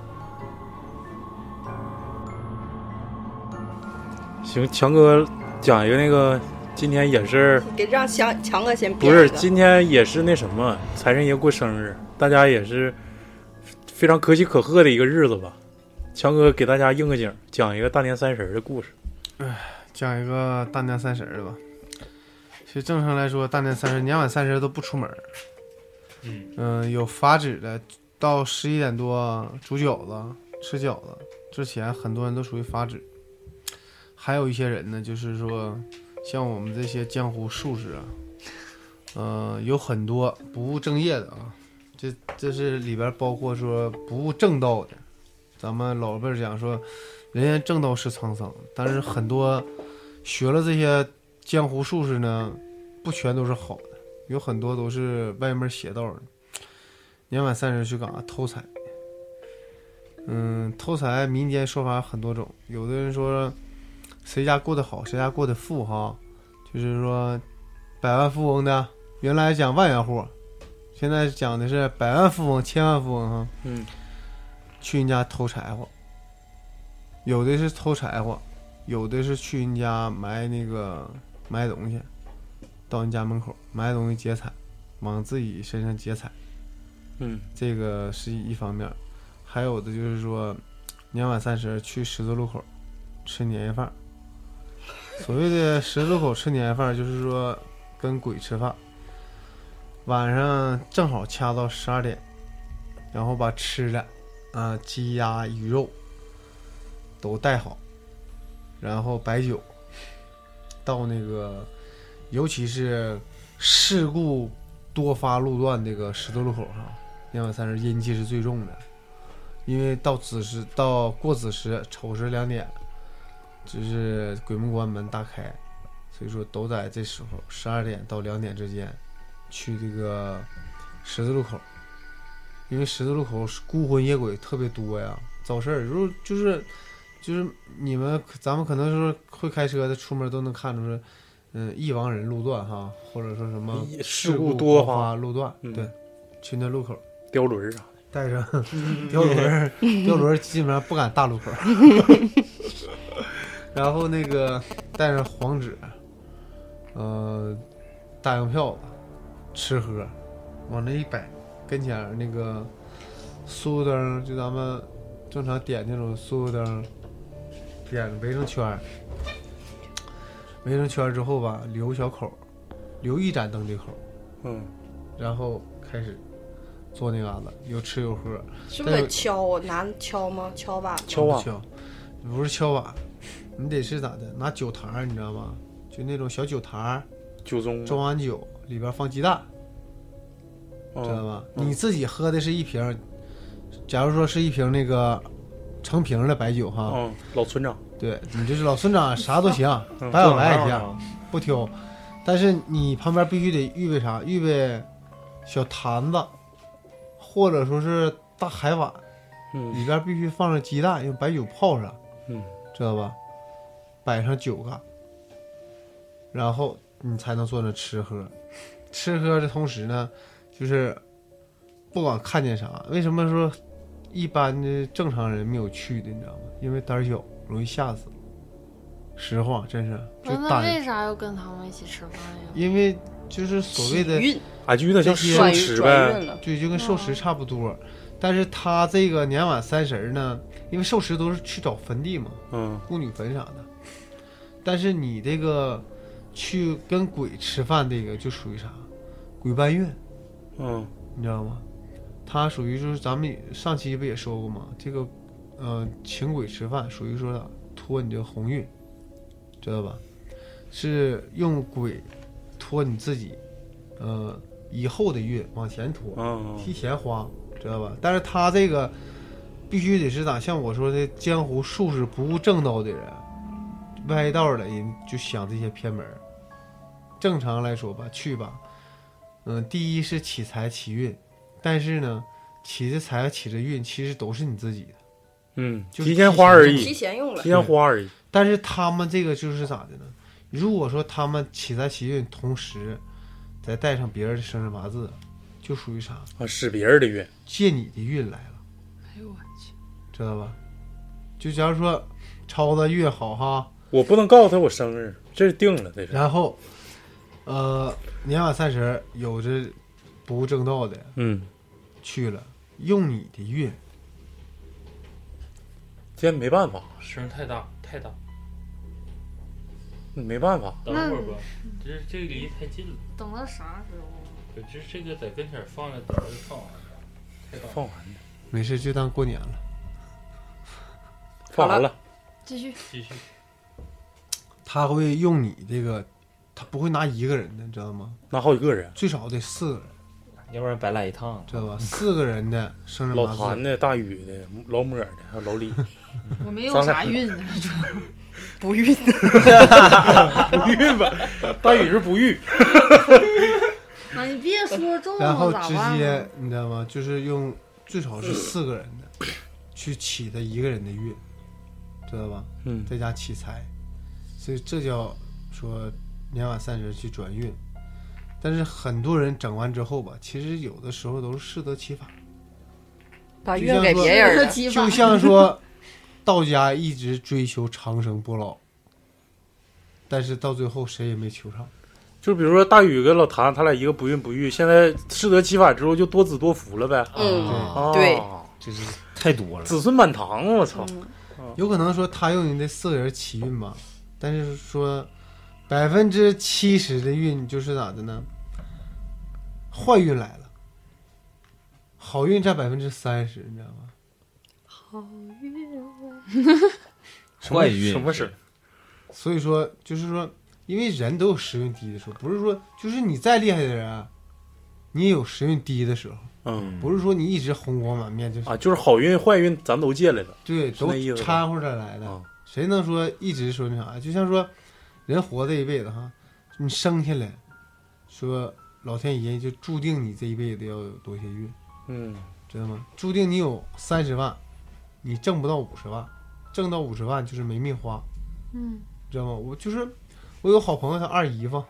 行，强哥讲一个那个。今天也是给让强哥先不是，今天也是那什么财神爷过生日，大家也是非常可喜可贺的一个日子吧。强哥给大家应个景，讲一个大年30的故事。 讲一个大年30的吧。其实正常来说，大年30年晚30都不出门。有法旨的，到11点多煮饺子、吃饺子之前，很多人都属于法旨。还有一些人呢，就是说。像我们这些江湖术士啊，有很多不务正业的啊，这是里边包括说不务正道的。咱们老辈讲说，人言正道是沧桑，但是很多学了这些江湖术士呢，不全都是好的，有很多都是歪门邪道的。年晚30去干啥？偷财。偷财民间说法很多种，有的人说。谁家过得好，谁家过得富哈，就是说百万富翁的，原来讲万元户，现在讲的是百万富翁、千万富翁哈。去人家偷柴火， 有的是偷柴火，有的是去人家买东西，到人家门口买东西劫财，往自己身上劫财。这个是一方面，还有的就是说年晚30去十字路口吃年夜饭。所谓的十字路口吃年夜饭，就是说跟鬼吃饭，晚上正好掐到12点，然后把吃的鸡鸭鱼肉都带好，然后白酒到那个尤其是事故多发路段这个十字路口上，年晚30阴气是最重的，因为到过子时丑时2点，就是鬼门关门大开，所以说都在这时候12点到2点之间去这个十字路口，因为十字路口孤魂野鬼特别多呀，找事儿。就是咱们可能说会开车的出门都能看出是一亡人路段哈，或者说什么事故多发路段，对，去那路口雕轮啥的， 带上雕轮基本上不敢大路口。然后那个带上黄纸，大洋票子，吃喝，往那一摆，跟前那个酥灯，就咱们正常点那种酥灯，点围成圈，围成圈之后吧，留小口，留一盏灯的口，然后开始坐那嘎子，有吃有喝。 是不是得敲啊？拿敲吗？敲把？ 敲，不是敲把。你得是咋的？拿酒坛，你知道吗？就那种小酒坛， 酒盅装完酒，里边放鸡蛋，知道吧？你自己喝的是一瓶，假如说是一瓶那个成瓶的白酒哈， 老村长， 对你就是老村长，啥都行，白小白也行，不挑。但是你旁边必须得预备啥？预备小坛子，或者说是大海碗，里边必须放上鸡蛋，用白酒泡上，知道吧？摆上9个，然后你才能坐那吃喝。吃喝的同时呢，就是不管看见啥，为什么说一般的正常人没有去的，你知道吗？因为胆小，容易吓死。实话，真是。 那为啥要跟他们一起吃饭呀？ 因为就是所谓的， 就有点像寿食呗， 对，就跟寿食差不多。但是他这个年晚30呢，因为寿食都是去找坟地嘛，妇女坟啥的。但是你这个去跟鬼吃饭，这个就属于啥？鬼搬运，你知道吗？它属于就是咱们上期不也说过吗？这个请鬼吃饭属于说啥？托你这个鸿运，知道吧？是用鬼托你自己以后的运往前拖，提前花，知道吧？但是他这个必须得是咋？像我说的，江湖术士不务正道的人，歪道的人就想这些偏门。正常来说吧，去吧，第一是起财起运，但是呢，起的财起的运其实都是你自己的，就提前花而已， 提前用了， 提前花而已。 但是他们这个就是咋的呢？如果说他们起财起运，同时再带上别人的生辰八字，就属于啥？ 使别人的运， 借你的运来了。 哎呦我去， 知道吧？就假如说超子运好哈， 我不能告诉他我生日，这是定了，这是。 然后，年晚30有着不务正道的，去了，用你的运， 这没办法， 声太大， 没办法。 等会儿吧，这个离太近了。 等到啥时候？ 就是这个在跟前放着，等着放完了。 放完了， 没事，就当过年了。 放完了， 继续。 他会用你这个，他不会拿一个人的，你知道吗？ 拿好几个人， 最少得4个人， 要不然白来一趟， 知道吧？4个人的生辰八字， 老谭的、大宇的、老抹的，还有老李。 我没有啥运呢， 不孕， 不孕吧？大宇是不育。 啊，你别说中了， 然后直接你知道吗？就是用最少是4个人的去起他一个人的运，知道吧？在家起财，所以这叫说年晚30去转运。但是很多人整完之后吧，其实有的时候都是适得其反， 把运给别人了。 就像说道家一直追求长生不老，但是到最后谁也没求上。 就比如说大禹跟老谭，他俩一个不孕不育，现在适得其反之后就多子多福了呗。 对， 这是太多了， 子孙满堂，我操！ 有可能说他用你的4个人起运吧，但是说70%的运就是咋的呢？坏运来了，好运占30%，你知道吗？ 好运， 坏运什么事？ 所以说就是说，因为人都有时运低的时候，不是说就是你再厉害的人啊，你也有时运低的时候。不是说你一直红光满面就是就是好运坏运咱都借来了， 对，都掺和着来的。谁能说一直说那啥？就像说人活这一辈子哈，你生下来，说老天爷就注定你这一辈子要有多些运，知道吗？注定你有30万，你挣不到50万，挣到50万就是没命花，知道吗？我有好朋友，他二姨夫，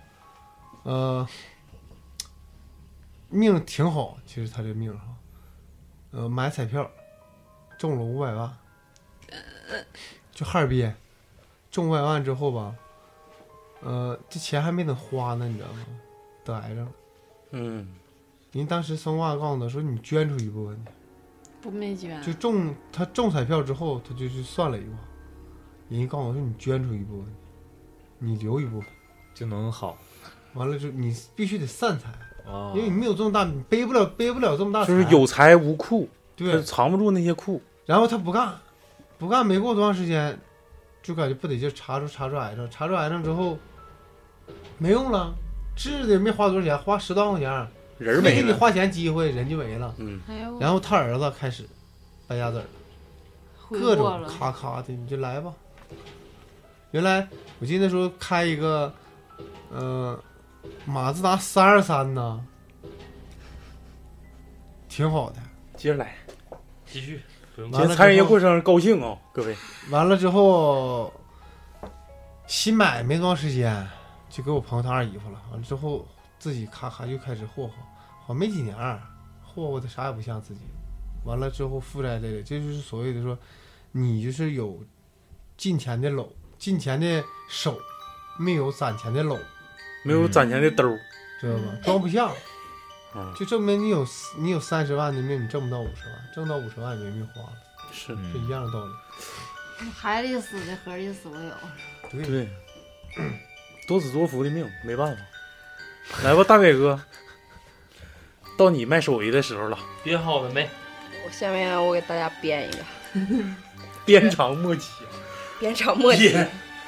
命挺好，其实他这命哈，买彩票中了500万，就哈尔滨中500万之后吧，这钱还没等花呢，你知道吗？得癌症了。人当时孙话告诉他说，你捐出一部分去， 不没捐， 就他中彩票之后，他就去算了一卦，人家告诉我说，你捐出一部分，你留一部分就能好。 完了就你必须得散财。因为你没有这么大，你背不了这么大财， 就是有财无库， 对， 藏不住那些库。 然后他不干，没过多长时间，就感觉不得劲，查出癌症，查出癌症之后，没用了，治的也没花多少钱，花10多万块钱， 人没给你花钱机会，人就没了。然后他儿子开始败家子儿，各种咔咔的，你就来吧。原来我记得说开一个，马自达323呢，挺好的。 接着来， 继续。 今天财神爷过生日，高兴啊，各位！ 完了之后，新买没多长时间，就给我朋友他二姨夫了。完了之后，自己咔咔就开始霍霍，好没几年，霍霍的啥也不像自己。完了之后负债累累，这就是所谓的说，你就是有进钱的篓，进钱的手，没有攒钱的篓。 没有攒钱的兜， 知道吧？装不下，就证明你有30万的命，你挣不到50万，挣到50万也没命花了， 是一样的道理。 海里死的河里死我有， 对，多子多福的命，没办法。来吧，大伟哥，到你卖手艺的时候了。 编好了没？ 下面我给大家编一个， 鞭长莫及， 鞭长莫及。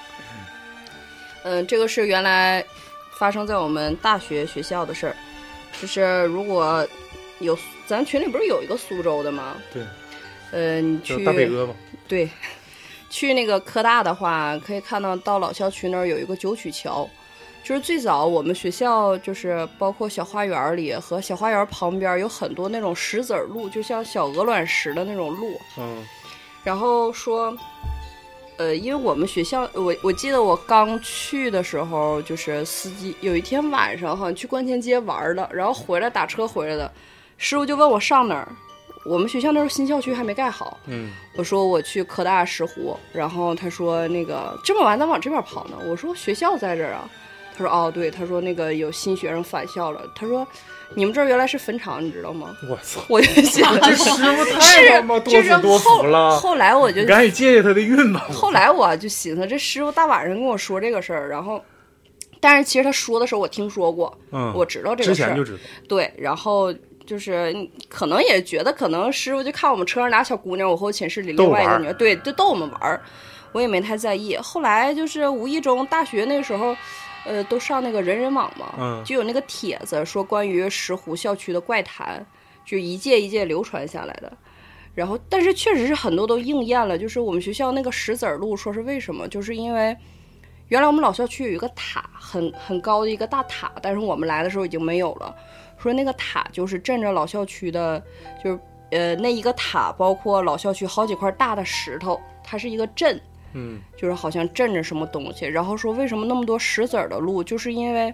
这个是原来发生在我们大学学校的事儿，就是如果有咱群里不是有一个苏州的吗？ 对， 你去大北哥吧。 对，去那个科大的话，可以看到老校区那儿有一个九曲桥，就是最早我们学校就是包括小花园里和小花园旁边有很多那种石子路，就像小鹅卵石的那种路。然后说。因为我们学校，我记得我刚去的时候，就是司机有一天晚上哈去观前街玩了，然后回来打车回来的，师傅就问我上哪儿，我们学校那时候新校区还没盖好，我说我去科大石湖，然后他说那个这么晚咱往这边跑呢，我说学校在这儿啊，他说哦对，他说那个有新学生返校了，他说你们这儿原来是坟场，你知道吗？ 我操！ 我就想， 这师傅太他妈多子多福了。 后来我就赶紧借借他的运吧。 后来我就寻思，这师傅大晚上跟我说这个事儿，然后，但是其实他说的时候我听说过，我知道这个事儿， 之前就知道。 对，然后就是可能也觉得，可能师傅就看我们车上俩小姑娘，我和我寝室里另外一个女儿，对，就逗我们玩儿，我也没太在意。后来就是无意中大学那个时候。都上那个人人网嘛，就有那个帖子说关于石湖校区的怪谈，就一届一届流传下来的。然后，但是确实是很多都应验了，就是我们学校那个石子路，说是为什么？就是因为原来我们老校区有一个塔，很高的一个大塔，但是我们来的时候已经没有了。说那个塔就是镇着老校区的，就是那一个塔包括老校区好几块大的石头，它是一个镇。就是好像镇着什么东西，然后说为什么那么多石子的路，就是因为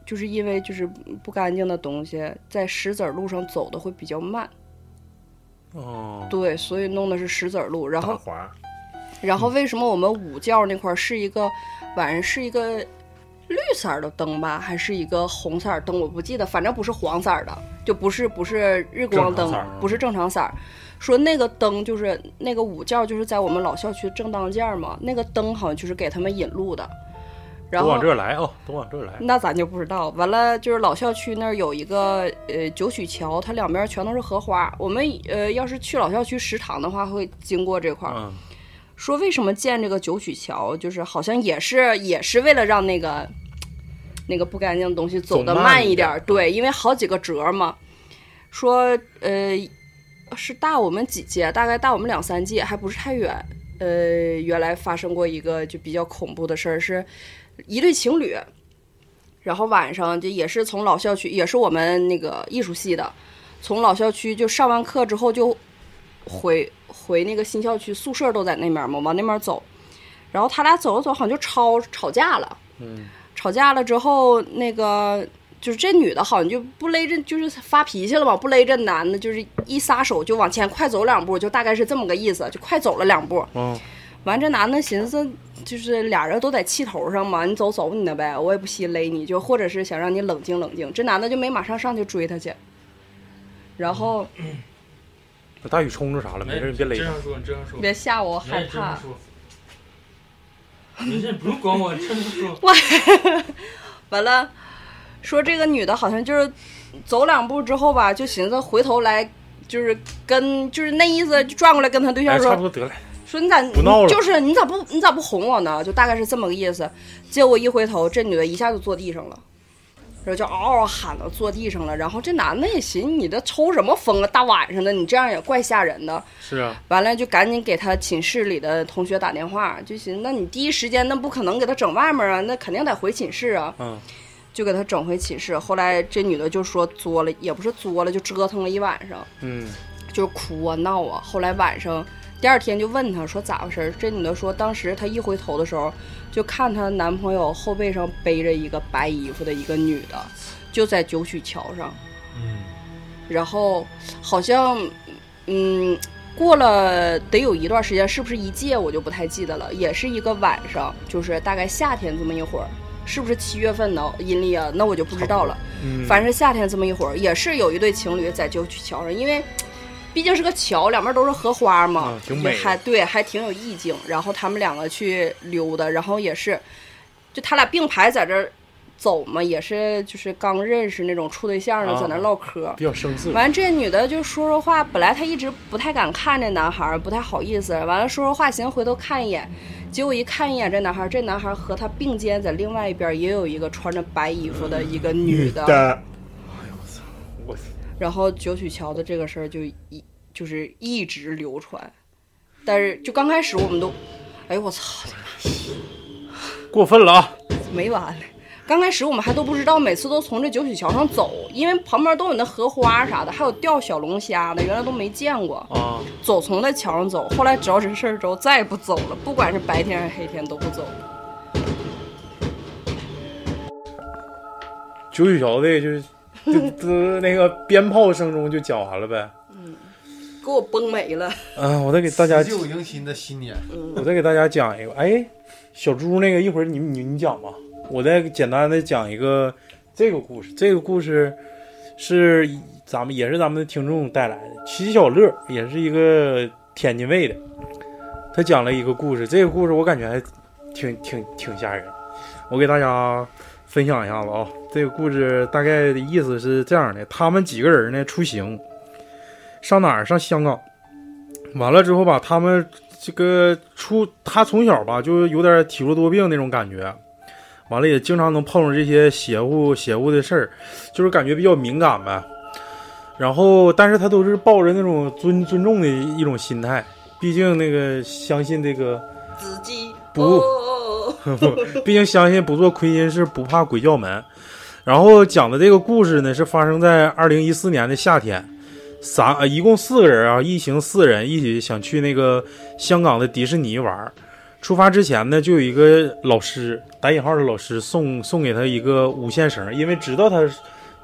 就是不干净的东西在石子路上走的会比较慢， 哦， 对，所以弄的是石子路。然后打滑， 然后为什么我们午觉那块儿是一个晚上是一个绿色儿的灯吧，还是一个红色儿灯？我不记得，反正不是黄色儿的，就不是日光灯正常色儿， 不是正常色儿。说那个灯就是那个午觉，就是在我们老校区正当间儿嘛，那个灯好像就是给他们引路的。然都后往这儿来啊，都往这儿来。 那咱就不知道。完了，就是老校区那儿有一个九曲桥，它两边全都是荷花。我们要是去老校区食堂的话，会经过这块儿。 嗯， 说为什么建这个九曲桥，就是好像也是为了让那个不干净的东西走得慢一点儿。对，因为好几个折嘛。说是大我们几届，大概大我们2-3届，还不是太远。原来发生过一个就比较恐怖的事儿，是一对情侣，然后晚上就也是从老校区，也是我们那个艺术系的，从老校区就上完课之后就回那个新校区，宿舍都在那边嘛，往那边走，然后他俩走着走好像就吵架了，吵架了之后那个。就是这女的好像就不勒着，就是发脾气了嘛，不勒着男的，就是一撒手就往前快走2步，就大概是这么个意思，就快走了2步。完这男的寻思，就是俩人都在气头上嘛，你走你的呗，我也不稀勒你，就或者是想让你冷静冷静。这男的就没马上上去追他去，然后大雨冲着啥了？没事，你别勒。 这样说，你这样说， 别吓我，害怕。 没事，不用管我，这样说。 完了。说这个女的好像就是走2步之后吧，就寻思回头来，就是就是那意思，就转过来跟他对象说， 差不多得了。 说你咋不闹了？ 就是你咋不哄我呢？就大概是这么个意思。结果一回头，这女的一下就坐地上了，然后就嗷嗷喊了，坐地上了。然后这男的也寻你这抽什么风啊？大晚上的，你这样也怪吓人的。 是啊。 完了就赶紧给他寝室里的同学打电话，就寻思那你第一时间那不可能给他整外面啊，那肯定得回寝室啊。就给他整回寝室，后来这女的就说作了，也不是作了，就折腾了一晚上，就是哭啊闹啊。后来晚上第2天就问她说咋回事，这女的说当时她一回头的时候，就看她男朋友后背上背着一个白衣服的一个女的，就在九曲桥上，然后好像过了得有一段时间，是不是1届我就不太记得了，也是一个晚上，就是大概夏天这么一会儿。是不是7月份的阴历啊？那我就不知道了。反正夏天这么一会儿，也是有一对情侣在九曲桥上，因为毕竟是个桥，两边都是荷花嘛， 挺美， 还挺有意境。然后他们2个去溜达，然后也是，就他俩并排在这走嘛，也是就是刚认识那种处对象的，在那唠嗑， 比较生涩。 完这女的就说话，本来她一直不太敢看这男孩，不太好意思。完了说话，寻思回头看一眼。结果一看一眼这男孩和他并肩在另外一边也有一个穿着白衣服的一个女的。哎呦我操！然后九曲桥的这个事儿就是一直流传，但是就刚开始我们都，哎呦我操， 过分了啊！ 没完。刚开始我们还都不知道，每次都从这九曲桥上走，因为旁边都有那荷花啥的，还有钓小龙虾的，原来都没见过啊。 从那桥上走，后来知道这事儿之后，再也不走了，不管是白天还是黑天都不走了。 九曲桥的就是那个鞭炮声中就讲完了呗。 给我崩没了。 我再给大家旧迎新的新年。 我再给大家讲一个，哎，小猪那个一会儿你讲吧。我再简单的讲一个这个故事，这个故事是咱们的听众带来的，齐小乐也是一个天津卫的，他讲了一个故事，这个故事我感觉还挺吓人，我给大家分享一下子啊。这个故事大概的意思是这样的，他们几个人呢出行，上哪儿？上香港，完了之后吧，他们这个他从小吧就有点体弱多病那种感觉。完了也经常能碰上这些邪乎的事儿，就是感觉比较敏感呗。然后，但是他都是抱着那种尊重的一种心态，毕竟那个相信这个子鸡毕竟相信不做亏心事，不怕鬼叫门。然后讲的这个故事呢，是发生在2014年的夏天，一共4个人啊，一行4人一起想去那个香港的迪士尼玩。出发之前呢，就有一个老师，打引号的老师送给他一个无线绳，因为知道他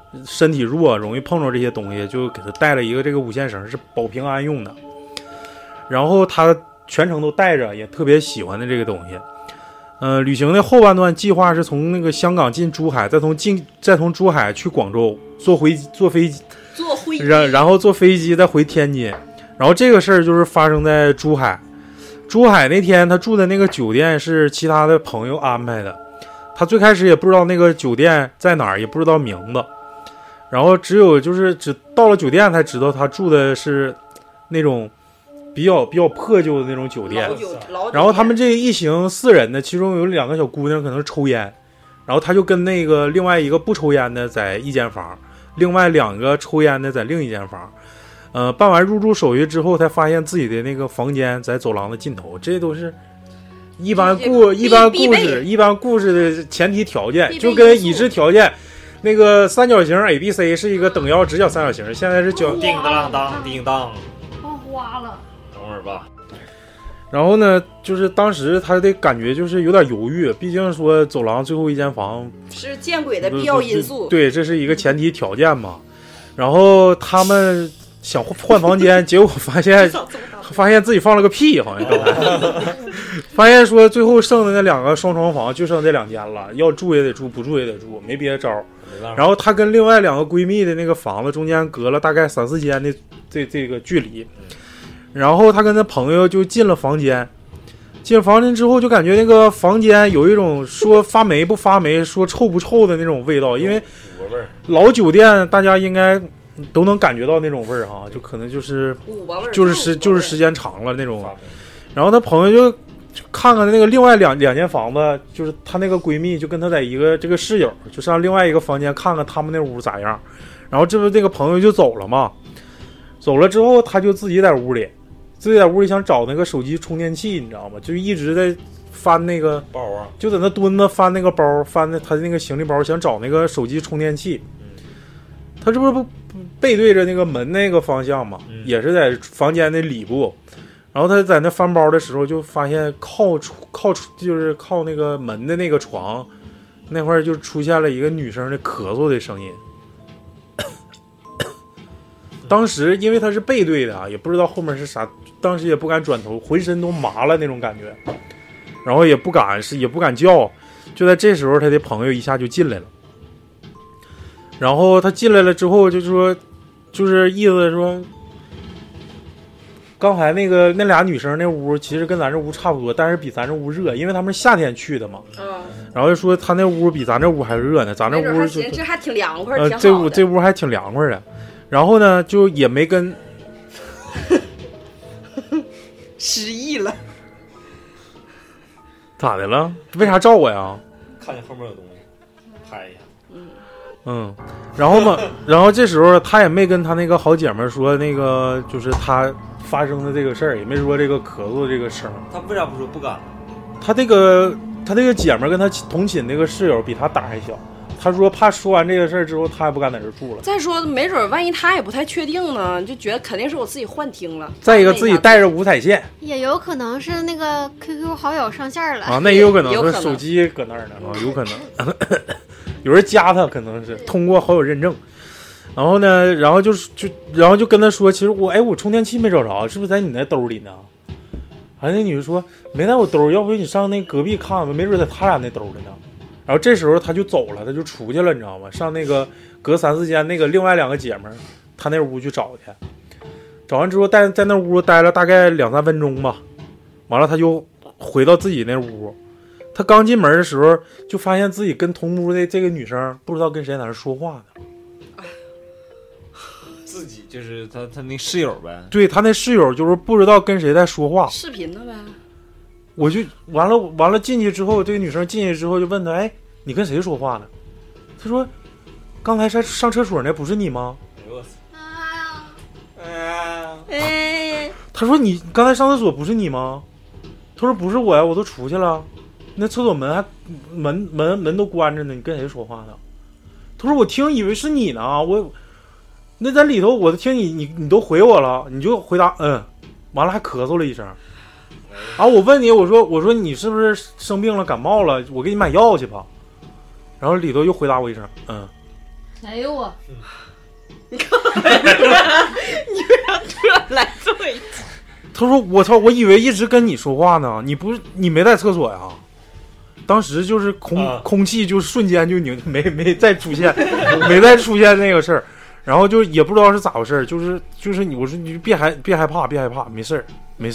身体弱，容易碰着这些东西，就给他带了一个这个五线绳，是保平安用的。然后他全程都带着，也特别喜欢的这个东西。旅行的后半段计划是从那个香港进珠海，再从珠海去广州，坐飞机，然后坐飞机再回天津。然后这个事儿就是发生在珠海。珠海那天他住的那个酒店是其他的朋友安排的，他最开始也不知道那个酒店在哪儿，也不知道名字，然后只到了酒店才知道他住的是那种比较破旧的那种酒店。然后他们这一行4人呢，其中有2个小姑娘可能是抽烟，然后他就跟那个另外一个不抽烟的在一间房，另外2个抽烟的在另一间房。办完入住手续之后，才发现自己的那个房间在走廊的尽头。这都是一般故事的前提条件，就跟已知条件。那个三角形 ABC 是一个等腰直角三角形，现在是叮当当叮当， 花了。 等会儿吧。 然后呢，就是当时他的感觉就是有点犹豫，毕竟说走廊最后一间房是见鬼的必要因素。 对，这是一个前提条件嘛。然后他们想换房间，结果发现自己放了个屁，好像刚才发现说最后剩的那2个双床房就剩这2间了，要住也得住，不住也得住，没别的招。然后她跟另外2个闺蜜的那个房子中间隔了大概3-4间的这个距离，然后她跟她朋友就进了房间。进了房间之后，就感觉那个房间有一种说发霉不发霉，说臭不臭的那种味道，因为老酒店大家应该都能感觉到那种味儿哈，就可能就是时间长了那种。然后她朋友就看看那个另外两间房子，就是她那个闺蜜就跟她在一个这个室友，就上另外一个房间看看他们那屋咋样。然后这不这个朋友就走了嘛，走了之后她就自己在屋里想找那个手机充电器，你知道吗？就一直在翻那个包啊， 就在那蹲着翻那个包，翻她那个行李包，想找那个手机充电器。她这不背对着那个门那个方向嘛，也是在房间的里部。然后她在那翻包的时候，就发现就是靠那个门的那个床那块就出现了一个女生的咳嗽的声音。当时因为她是背对的啊，也不知道后面是啥，当时也不敢转头，浑身都麻了那种感觉，然后也不敢叫。就在这时候，她的朋友一下就进来了。然后他进来了之后，就是意思说，刚才那俩女生那屋其实跟咱这屋差不多，但是比咱这屋热，因为他们是夏天去的嘛。然后就说他那屋比咱这屋还热呢，咱这屋就这还挺凉快，挺好的。 这屋还挺凉快的。然后呢，就也没跟失忆了。 咋的了？为啥照我呀？ 看见后面有东西，拍一下。 然后这时候他也没跟他那个好姐妹说那个就是他发生的这个事儿，也没说这个咳嗽这个声。 他为啥不说不敢？ 他这个姐妹跟他同寝那个室友比他胆还小，他说怕说完这个事儿之后他也不敢在这住了。 再说没准万一他也不太确定呢，就觉得肯定是我自己幻听了。 再一个自己带着五彩线， 也有可能是那个 QQ 好友上线了啊，那也有可能是手机搁那儿呢啊，有可能。有人加他，可能是通过好友认证。然后呢，然后就跟他说，其实我充电器没找着，是不是在你那兜里呢？那女的说没在我兜，要不你上那隔壁看看，没准在他俩那兜里呢。然后这时候他就走了，他就出去了，你知道吗？上那个隔3-4间那个另外2个姐们他那屋去找去。找完之后在那屋待了大概2-3分钟吧，完了他就回到自己那屋。他刚进门的时候，就发现自己跟同屋的这个女生不知道跟谁在那说话呢。 自己就是他那室友呗。 对，他那室友就是不知道跟谁在说话。 视频了呗。 我就完了进去之后，这个女生进去之后就问他：“哎，你跟谁说话呢？”他说：“刚才上厕所那不是你吗？”他说：“你刚才上厕所不是你吗？”他说：“不是我呀，我都出去了。那厕所门都关着呢，你跟谁说话呢？”他说：“我听以为是你呢，那在里头我都听你都回我了，你就回答完了还咳嗽了一声。啊，我问你，我说你是不是生病了感冒了？我给你买药去吧。”然后里头又回答我一声哎呦我， 你为啥突然来这么一句？ 他说我操，我以为一直跟你说话呢，你没在厕所呀？当时就是空气就瞬间就凝，没再出现，没再出现那个事儿，然后就也不知道是咋回事，就是你，我说你别害怕，没事儿，完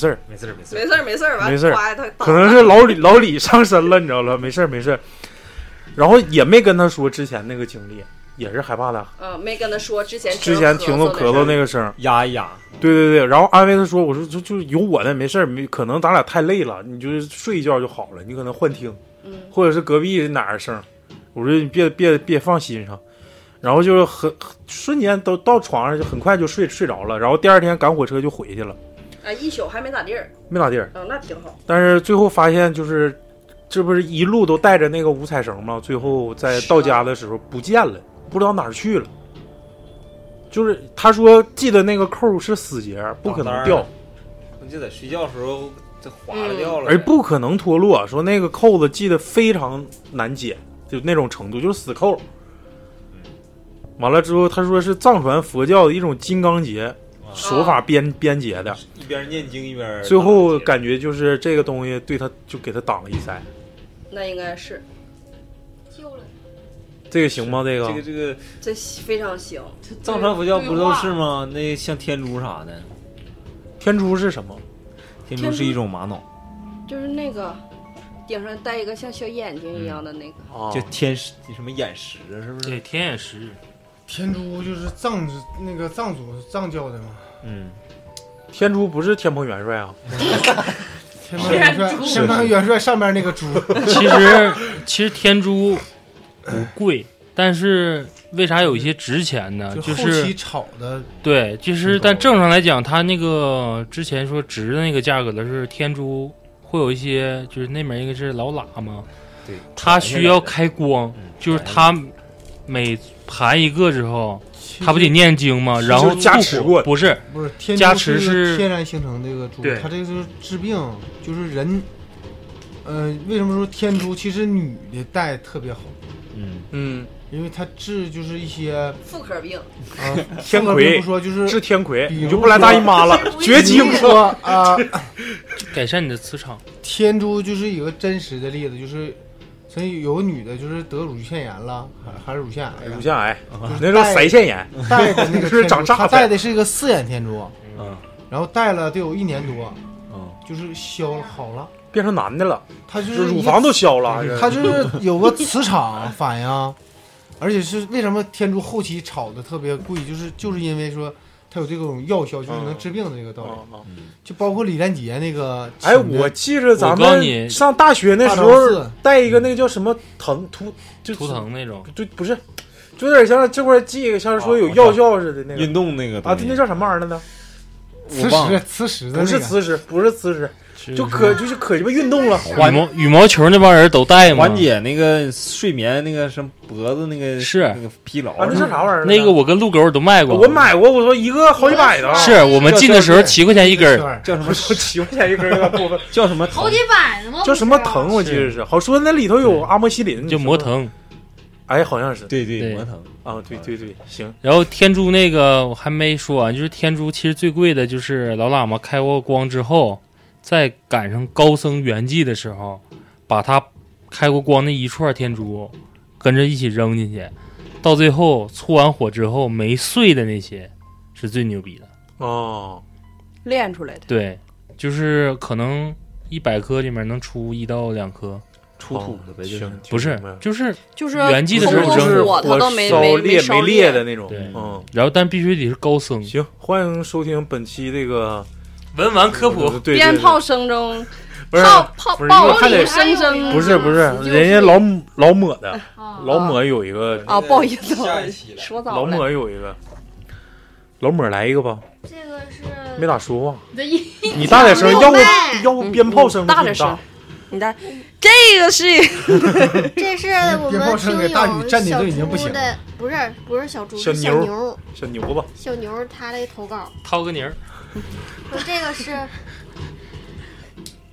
可能是老李上身了，你知道了，没事儿，然后也没跟他说之前那个经历，也是害怕的， 没跟他说之前听到咳嗽那个声， 压一压， 对，然后安慰他说，我说就有我的没事儿，可能咱俩太累了，你就是睡一觉就好了，你可能幻听。或者是隔壁哪儿声，我说你别放心上，然后就是瞬间都到床上就很快就睡着了，然后第二天赶火车就回去了， 一宿还没咋地儿，那挺好。 但是最后发现就是这不是一路都带着那个五彩绳吗？最后在到家的时候不见了，不知道哪儿去了。就是他说记得那个扣是死结，不可能掉， 就在睡觉的时候。就划了掉了， 而不可能脱落。说那个扣子系得非常难解，就那种程度，就是死扣。完了之后，他说是藏传佛教的一种金刚结，手法编结的， 一边念经一边。 最后感觉就是这个东西对他就给他挡了一塞。 那应该是救了。 这个行吗？这非常行。 藏传佛教不都是吗？那像天珠啥的。 天珠是什么？ 天珠是一种玛瑙， 就是那个顶上带一个像小眼睛一样的那个， 叫天石，什么眼石啊？是不是？ 对，天眼石。 天珠就是藏族藏教的嘛。 天珠不是天蓬元帅啊。 天蓬元帅上面那个珠。 其实天珠不贵，但是为啥有一些值钱呢？就是后期炒的。 对，就是但正常来讲，它那个之前说值的那个价格的是天珠，会有一些就是那边应该是老喇嘛， 对， 它需要开光，就是它每盘一个之后，它不得念经吗？然后加持过， 不是加持是天然形成这个珠，它这个就是治病，就是人。为什么说天珠其实女的戴特别好？因为它治就是一些妇科病天魁不说就是治天魁，你就不来大姨妈了，绝迹说改善你的磁场。 天珠就是一个真实的例子，就是曾经有个女的，就是得乳腺炎了，还是乳腺癌， 那时候腮腺炎， 戴的那个是长炸， 她戴的是一个4眼天珠，然后戴了得有1年多，就是消了好了。 变成男的了， 他就是乳房都消了， 他就是有个磁场反应，而且是为什么天珠后期炒的特别贵，就是因为说它有这种药效，就是能治病的这个道理。就包括李连杰那个， 我记着咱们上大学那时候带一个那个叫什么图腾那种， 就不是，就有点像这块系一个，像是说有药效似的那个运动那个啊，那叫什么玩意儿呢？ 磁石的， 不是磁石。就可鸡巴运动了， 羽毛球那帮人都带吗？ 缓解那个睡眠那个什么脖子那个是那个疲劳啊，那是啥玩意儿？ 那个我跟路狗都卖过， 我买过，我说一个好几百的。 是我们进的时候7块钱一根， 叫什么？7块钱一根有点过分， 叫什么？ 好几百呢吗？ 叫什么藤？我记得是，好说那里头有阿莫西林， 叫魔藤。 哎，好像是， 对魔藤啊，对，行。 然后天珠那个我还没说完，就是天珠其实最贵的就是老喇嘛开过光之后。在赶上高僧圆寂的时候，把他开过光的一串天珠跟着一起扔进去，到最后搓完火之后没碎的那些是最牛逼的哦， 炼出来的。 对，就是可能100颗里面能出1到2颗出土的呗， 不是，就是圆寂的时候扔火，它都没裂的那种。 对，然后但必须得是高僧。 行，欢迎收听本期这个。 文玩科普， 鞭炮声中， 炮里声声， 不是，人家老抹的，老抹有一个啊，不好意思，说早了。 老抹有一个，老抹来一个吧。 这个是没咋说话，你大点声，要不鞭炮声大点声，你大，这个是， 这是我们听友小猪的，不是小猪，是小牛吧， 小牛他的投稿， 掏个泥儿。 这个是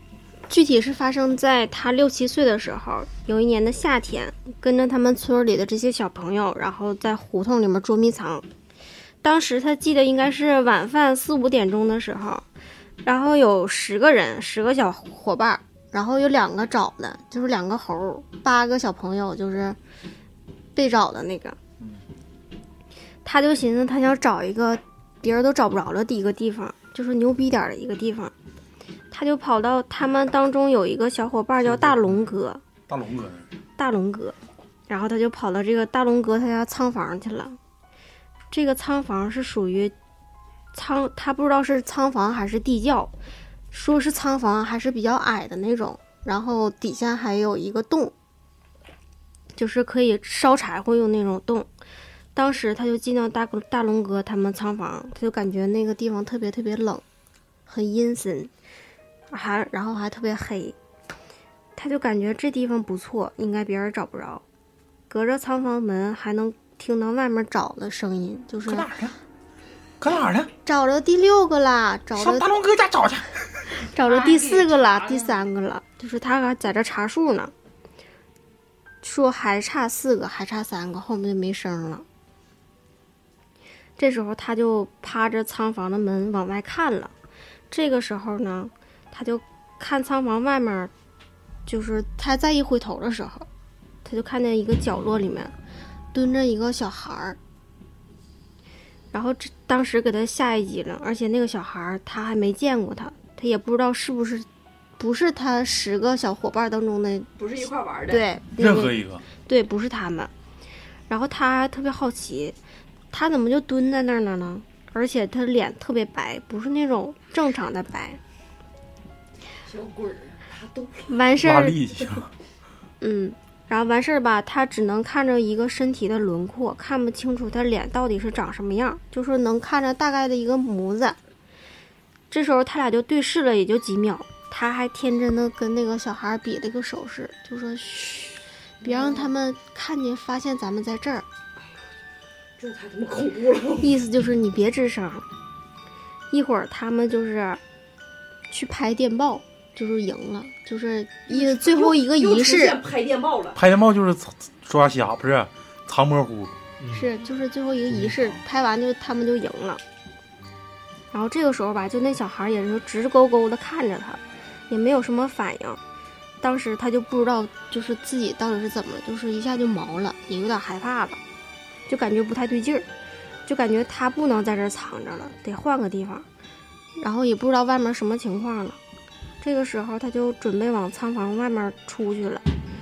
具体是发生在他6、7岁的时候，有一年的夏天，跟着他们村里的这些小朋友，然后在胡同里面捉迷藏。当时他记得应该是晚饭4、5点钟的时候，然后有10个人，10个小伙伴，然后有2个找的，就是2个猴，8个小朋友就是被找的那个。他就寻思他想找一个别人都找不着的一个地方，就是牛逼点的一个地方。他就跑到他们当中有一个小伙伴叫大龙哥，大龙哥，然后他就跑到这个大龙哥他家仓房去了。这个仓房是属于他不知道是仓房还是地窖，说是仓房还是比较矮的那种，然后底下还有一个洞，就是可以烧柴火用那种洞。当时他就进到大龙哥他们仓房，他就感觉那个地方特别特别冷，很阴森，然后还特别黑。他就感觉这地方不错，应该别人找不着。隔着仓房门还能听到外面找的声音，就是搁哪儿呢？ 找着第6个啦，找着上大龙哥家找去， 找着第4个了，第3个了，就是他还在这查数呢，说还差4个，还差3个，后面就没声了。这时候他就趴着仓房的门往外看了。这个时候呢，他就看仓房外面，就是他再一回头的时候，他就看见一个角落里面蹲着一个小孩儿。然后当时给他吓一激灵，而且那个小孩他还没见过他也不知道是不是他10个小伙伴当中的， 不是一块玩的， 对， 任何一个， 对，不是他们。然后他还特别好奇，他怎么就蹲在那儿呢？而且他脸特别白，不是那种正常的白。 小鬼儿，他都完事儿，然后完事儿吧，他只能看着一个身体的轮廓，看不清楚他脸到底是长什么样，就是能看着大概的一个模子。这时候他俩就对视了，也就几秒，他还天真的跟那个小孩比了一个手势，就说嘘，别让他们看见发现咱们在这儿。 这太他妈恐怖了！ 意思就是你别吱声。一会儿他们就是去拍电报，就是赢了，就是最后一个仪式。 拍电报了， 拍电报就是抓瞎，不是藏模糊。 是，就是最后一个仪式，拍完就他们就赢了。然后这个时候吧，就那小孩也是直勾勾的看着他，也没有什么反应。当时他就不知道就是自己到底是怎么了，就是一下就毛了，也有点害怕了，就感觉不太对劲儿，就感觉他不能在这儿藏着了，得换个地方。然后也不知道外面什么情况了。这个时候他就准备往仓房外面出去了。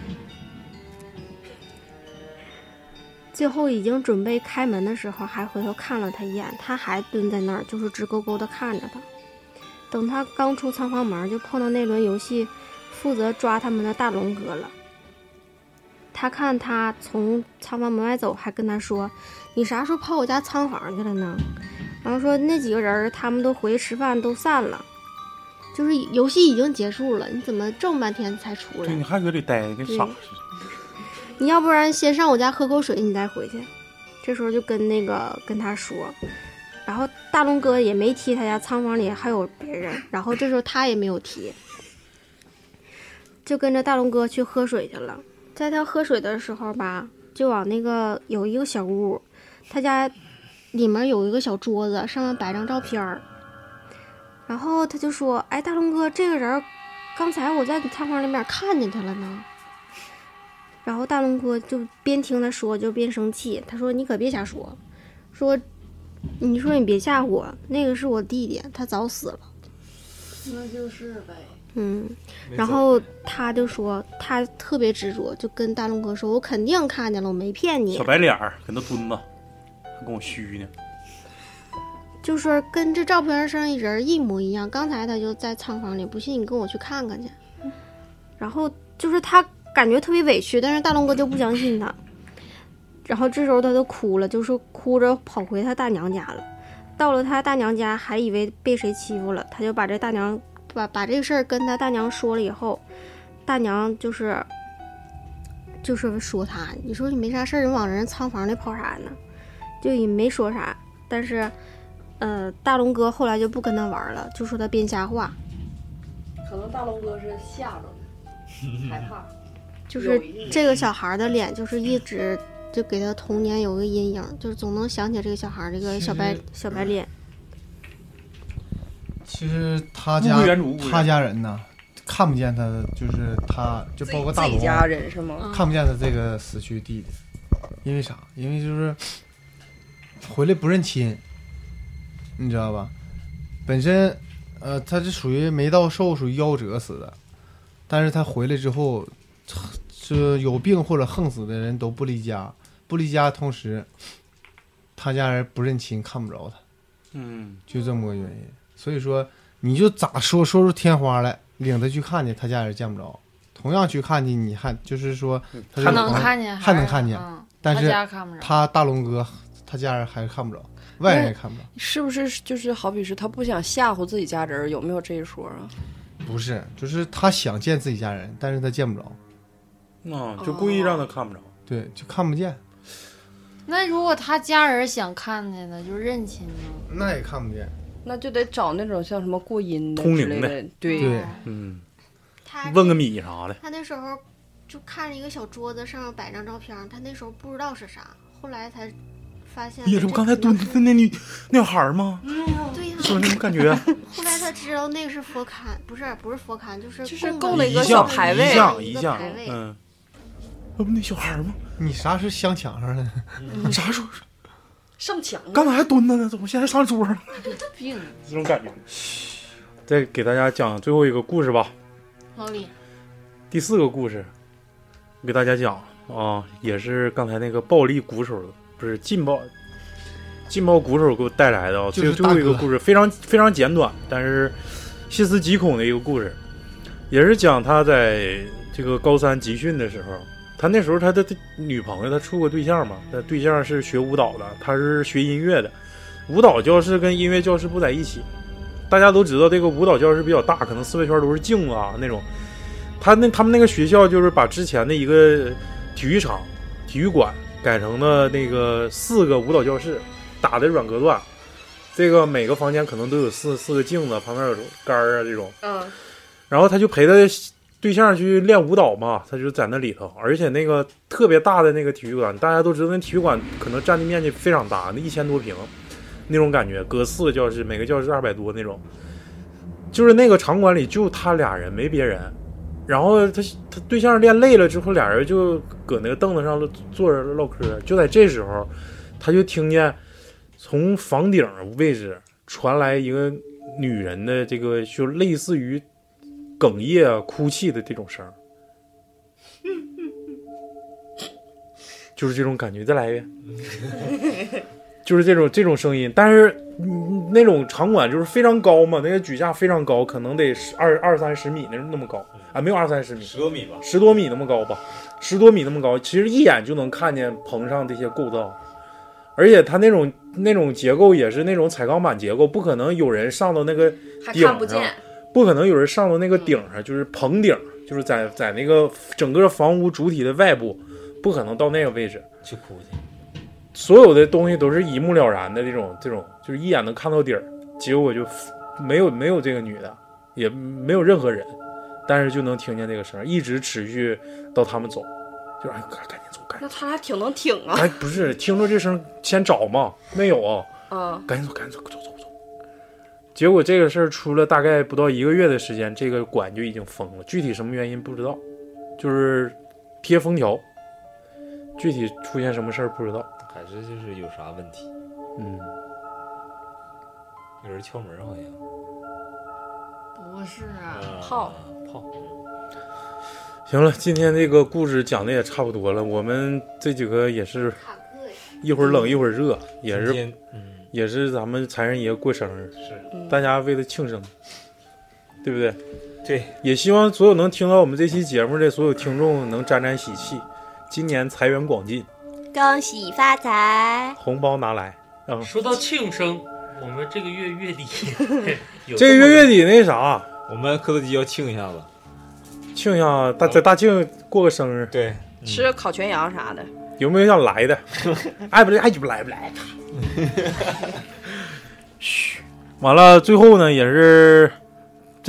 最后已经准备开门的时候，还回头看了他一眼，他还蹲在那儿，就是直勾勾的看着他。等他刚出仓房门，就碰到那轮游戏负责抓他们的大龙哥了。他看他从仓房门外走，还跟他说：“你啥时候跑我家仓房去了呢？”然后说那几个人他们都回去吃饭，都散了，就是游戏已经结束了，你怎么这么半天才出来？ 你还搁这待跟傻似的。 你要不然先上我家喝口水，你再回去。这时候就跟他说，然后大龙哥也没提他家仓房里还有别人，然后这时候他也没有提，就跟着大龙哥去喝水去了。在他喝水的时候吧，就往那个有一个小屋，他家里面有一个小桌子，上面摆张照片儿。然后他就说：“哎，大龙哥，这个人刚才我在你仓房里面看见他了呢。”然后大龙哥就边听他说就边生气，他说：“你可别瞎说，你说你别吓唬我，那个是我弟弟，他早死了。” 那就是呗。 然后他就说他特别执着，就跟大龙哥说：“我肯定看见了，我没骗你。” 小白脸儿跟他蹲着，还跟我虚呢。 就说跟这照片上一人一模一样，刚才他就在仓房里，不信你跟我去看看去。然后就是他感觉特别委屈，但是大龙哥就不相信他。然后这时候他就哭了，就是哭着跑回他大娘家了。到了他大娘家，还以为被谁欺负了，他就把这大娘把这个事儿跟他大娘说了以后，大娘就是说他，你说你没啥事儿，你往人仓房里跑啥呢？就也没说啥，但是大龙哥后来就不跟他玩了，就说他编瞎话。 可能大龙哥是吓着的，害怕。 就是这个小孩的脸，就是一直就给他童年有个阴影，就是总能想起这个小孩这个小白脸。 其实他家人呢，看不见他的，就是他就包括大龙自己家人是吗？ 看不见他这个死去弟弟，因为啥？因为就是回来不认亲，你知道吧？本身他是属于没到寿，属于夭折死的，但是他回来之后，是有病或者横死的人都不离家，不离家，同时他家人不认亲，看不着他，就这么个原因。所以说，你就咋说出天花来，领他去看去，他家人见不着。同样去看去，你还就是说，他还能看见， 还能看见，但是他大龙哥他家人还是看不着，外人也看不着。 是不是就是好比是他不想吓唬自己家人，有没有这一说啊？ 不是，就是他想见自己家人，但是他见不着。 就故意让他看不着。 对，就看不见。 那如果他家人想看见呢，就认亲呢？ 那也看不见。 那就得找那种像什么过阴的通灵的， 对， 问个米啥的。 他那时候就看着一个小桌子上面摆张照片，他那时候不知道是啥，后来才发现。 也是刚才蹲的那孩吗？ 对呀， 是不是那种感觉？ 后来才知道那个是佛龛，不是佛龛，就是供了一个小牌位， 一项，那不那小孩吗？ 你啥是镶墙上的？ 啥时候？ 上墙， 刚才还蹲着呢，怎么现在上桌上？ 病， 这种感觉。再给大家讲最后一个故事吧。 老李， 第4个故事，给大家讲啊，也是刚才那个暴力鼓手，不是劲爆鼓手给我带来的啊。最后一个故事非常非常简短，但是细思极恐的一个故事，也是讲他在这个高3集训的时候。他那时候他的女朋友，他处过对象嘛？他对象是学舞蹈的，他是学音乐的。舞蹈教室跟音乐教室不在一起。大家都知道这个舞蹈教室比较大，可能四围圈都是镜子啊那种。他们那个学校就是把之前的一个体育馆改成了那个4个舞蹈教室，打的软隔断。这个每个房间可能都有四个镜子，旁边有杆啊这种。然后他就陪他对象去练舞蹈嘛，他就在那里头，而且那个特别大的那个体育馆，大家都知道那体育馆可能占地面积非常大，那1000多平那种感觉，隔4个教室，每个教室200多那种，就是那个场馆里就他俩人没别人。然后他对象练累了之后，俩人就搁那个凳子上坐着唠嗑。就在这时候，他就听见从房顶位置传来一个女人的这个就类似于哽咽哭泣的这种声，就是这种感觉。再来一遍，就是这种声音。但是那种场馆就是非常高嘛，那个举架非常高，可能得20-30米那么高啊，没有20-30米，10多米吧，10多米那么高吧，10多米那么高。其实一眼就能看见棚上这些构造，而且它那种结构也是那种彩钢板结构，不可能有人上到那个顶上，还看不见。不可能有人上到那个顶上，就是棚顶，就是在那个整个房屋主体的外部，不可能到那个位置去哭去。 所有的东西都是一目了然的，这种就是一眼能看到底儿。结果就没有这个女的，也没有任何人，但是就能听见这个声，一直持续到他们走，就赶紧走，赶紧走。 那他俩挺能挺啊！ 哎，不是，听着这声先找嘛，没有啊，赶紧走，走。结果这个事儿出了大概不到1个月的时间，这个馆就已经封了，具体什么原因不知道，就是贴封条，具体出现什么事儿不知道， 还是就是有啥问题。有人敲门好像。 不是啊， 炮。 行了，今天这个故事讲的也差不多了，我们这几个也是一会儿冷一会儿热，也是咱们财神爷过生日，是大家为了庆生，对不对？ 对， 也希望所有能听到我们这期节目的所有听众能沾沾喜气，今年财源广进， 恭喜发财， 红包拿来。 说到庆生，我们这个月底这个月底那啥， 我们磕头机要庆一下子， 庆一下在大庆过个生日， 对， 吃烤全羊啥的。 有没有想来的？哎，不来，不来。嘘，完了，最后呢，也是